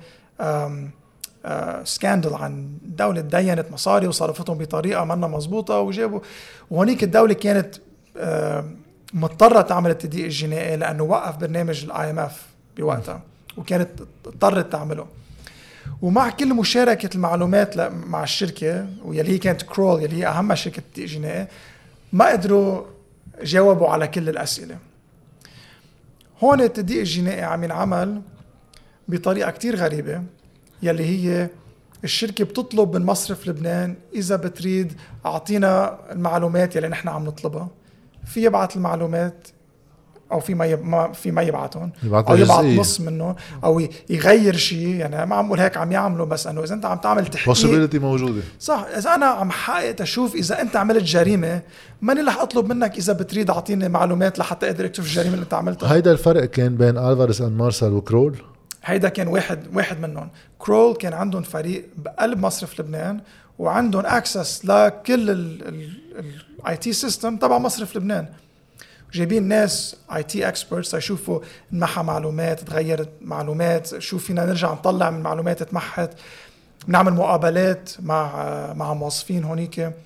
سكاندل عن دولة دينت مصاري وصرفتهم بطريقة منا مزبوطة، وجابوا وهونيك الدولة كانت مضطرة تعمل التدقيق الجنائي لأنه وقف برنامج الاي ام اف بوقتها، وكانت اضطرت تعمله. ومع كل مشاركة المعلومات مع الشركة ويلي هي كانت كرول يلي هي أهم شركة التدقيق الجنائي، ما قدروا جاوبوا على كل الأسئلة. هون التدقيق الجنائي عم ينعمل بطريقة كتير غريبة، يلي هي الشركة بتطلب من مصرف لبنان إذا بتريد أعطينا المعلومات يلي نحن عم نطلبها، في يبعث المعلومات أو في ما يب... ما في ما يبعثهم، أو يبعث نص منهم، أو يغير شيء. يعني ما عم أقول هيك عم يعملوا، بس أنه إذا أنت عم تعمل تحقيق possibility موجودة. صح، إذا أنا عم حقق أشوف إذا أنت عملت جريمة، ماني رح أطلب منك إذا بتريد أعطيني معلومات لحتى أقدر أكتشف الجريمة اللي أنت عملتها. هيدا الفرق كان بين ألفاريز أند مارسال وكرول. هيدا كان واحد واحد منهم. كرول كان عندهم فريق بقلب مصرف لبنان، وعندهم اكسس لكل الاي تي سيستم تبع مصرف لبنان، جايبين ناس اي تي اكسبرتس يشوفوا انمحى معلومات، تغيرت معلومات، شو فينا نرجع نطلع من معلومات اتمحت. بنعمل مقابلات مع مع موظفين هونيك.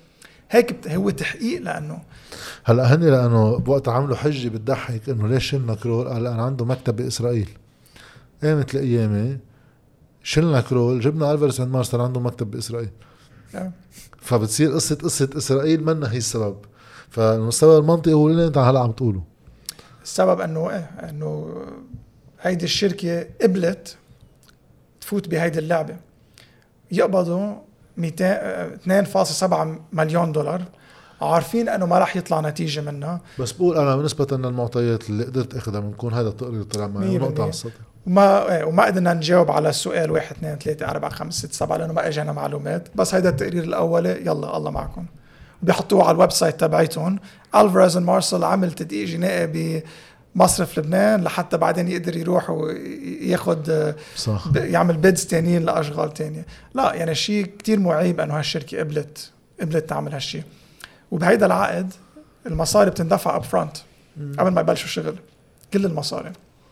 هيك بت- هو تحقيق. لانه هلا هني لانه بوقت عملوا حجه بتضحك انه ليش شلنا كرول، قال انا عنده مكتب باسرائيل. قامت الايامي شلنا كرول جبنا الفاريز عند مارسل عنده مكتب باسرائيل. آه. فبتصير قصه قصه اسرائيل منا هي السبب. فالمستوى المنطقي هو اللي انت هلا عم تقوله. السبب انه ايه انه هيدي الشركه قبلت تفوت بهيدي اللعبه، يقبضوا مئتين اثنين فاصلة سبعة مليون دولار، عارفين انه ما راح يطلع نتيجه منها. بس بقول انا بالنسبه لنا المعطيات اللي قدرت اخذها بنكون هذا التقرير طلع معي نقطه على السطح، وما وما قدرنا نجاوب على السؤال واحد اثنين ثلاثة أربعة خمسة ستة سبعة لأنه ما اجانا معلومات. بس هيدا التقرير الأولي يلا الله معكم، بيحطوه على الويب سايت تبعيتهم. ألفاريز مارسل عمل تدقيق جنائي بمصرف لبنان لحتى بعدين يقدر يروح وياخد صح. يعمل بيدز تانيين لأشغال تانية. لا يعني شيء كتير معيب أنه هالشركة قبلت قبلت تعمل هالشيء. وبهيدا العقد المصاري بتندفع اب فرونت قبل ما يبلشوا شغل، كل المصاري.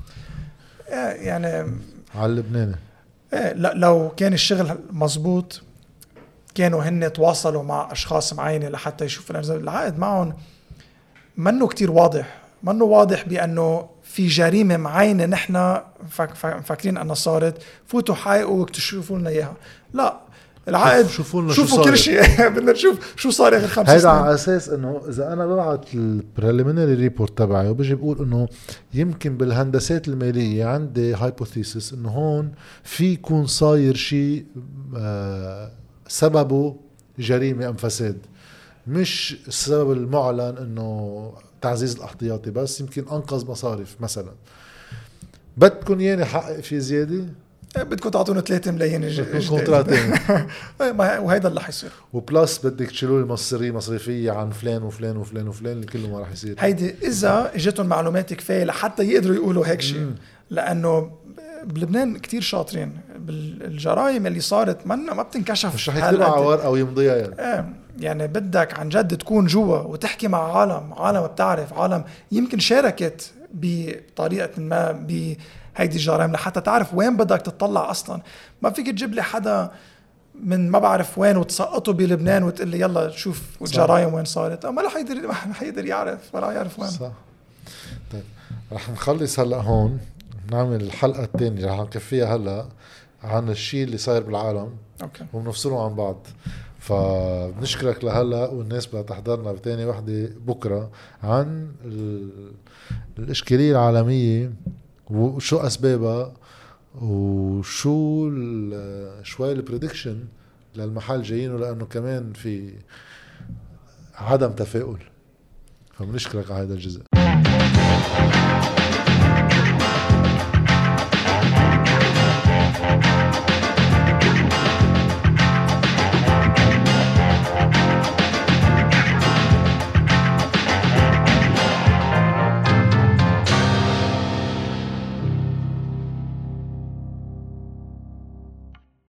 يعني على اللبناني ايه لا لو كان الشغل مزبوط كانوا هن تواصلوا مع اشخاص معينه لحتى يشوفوا العقد معهم. منه كتير واضح، منه واضح بانه في جريمه معينه نحن مفكرين انها صارت، فوتوا حققوا واكتشفوا لنا اياها. لا العقد شوفوا لنا شوفوا شو كل شيء بدنا نشوف شو صار اخر خمس سنين. هيدا على اساس انه اذا انا ببعت البريليمينري ريبورت تبعي وبيجي بقول انه يمكن بالهندسات الماليه عندي هايبوثيسيس انه هون في يكون صاير شيء آه سببه جريمه ام فساد، مش السبب المعلن انه تعزيز الاحتياطي، بس يمكن انقذ مصارف مثلا، بدكم ياني حقق في زياده، بدكم تعطونا ثلاثة ملايين كونتراتين وهيدا اللي حيصير. وبلاس بدك تشيلوا لي مصرية مصرفية عن فلان وفلان وفلان وفلان اللي كله ما راح يصير. هيدي إذا اجتهم معلومات كفاية لحتى يقدروا يقولوا هيك شيء، لأنه بلبنان كتير شاطرين بالجرائم اللي صارت منا ما بتنكشف، مش رح يكتبها على ورقة أو يمضيها يعني. آه يعني بدك عن جد تكون جوا وتحكي مع عالم عالم بتعرف، عالم يمكن شاركت بطريقة ما ب هيدي الجرائم لحتى تعرف وين بدك تطلع. أصلا ما فيك تجيب لي حدا من ما بعرف وين وتسقطه بلبنان وتقول لي يلا شوف الجرائم وين صارت، ما رح يقدر ما حيقدر يعرف ولا يعرف وين. صح. طيب رح نخلص هلا هون، نعمل الحلقة الثانية رح نكفيها هلا عن الشيء اللي صاير بالعالم. أوكي. وبنفصلوا عن بعض. فبنشكرك لهلا، والناس بدها تحضرنا بتاني وحدة بكرة عن الإشكالية العالمية وشو أسبابها وشو شوي البريدكشن للمحل جايينه، لأنه كمان في عدم تفاؤل. فبنشكرك على هذا الجزء.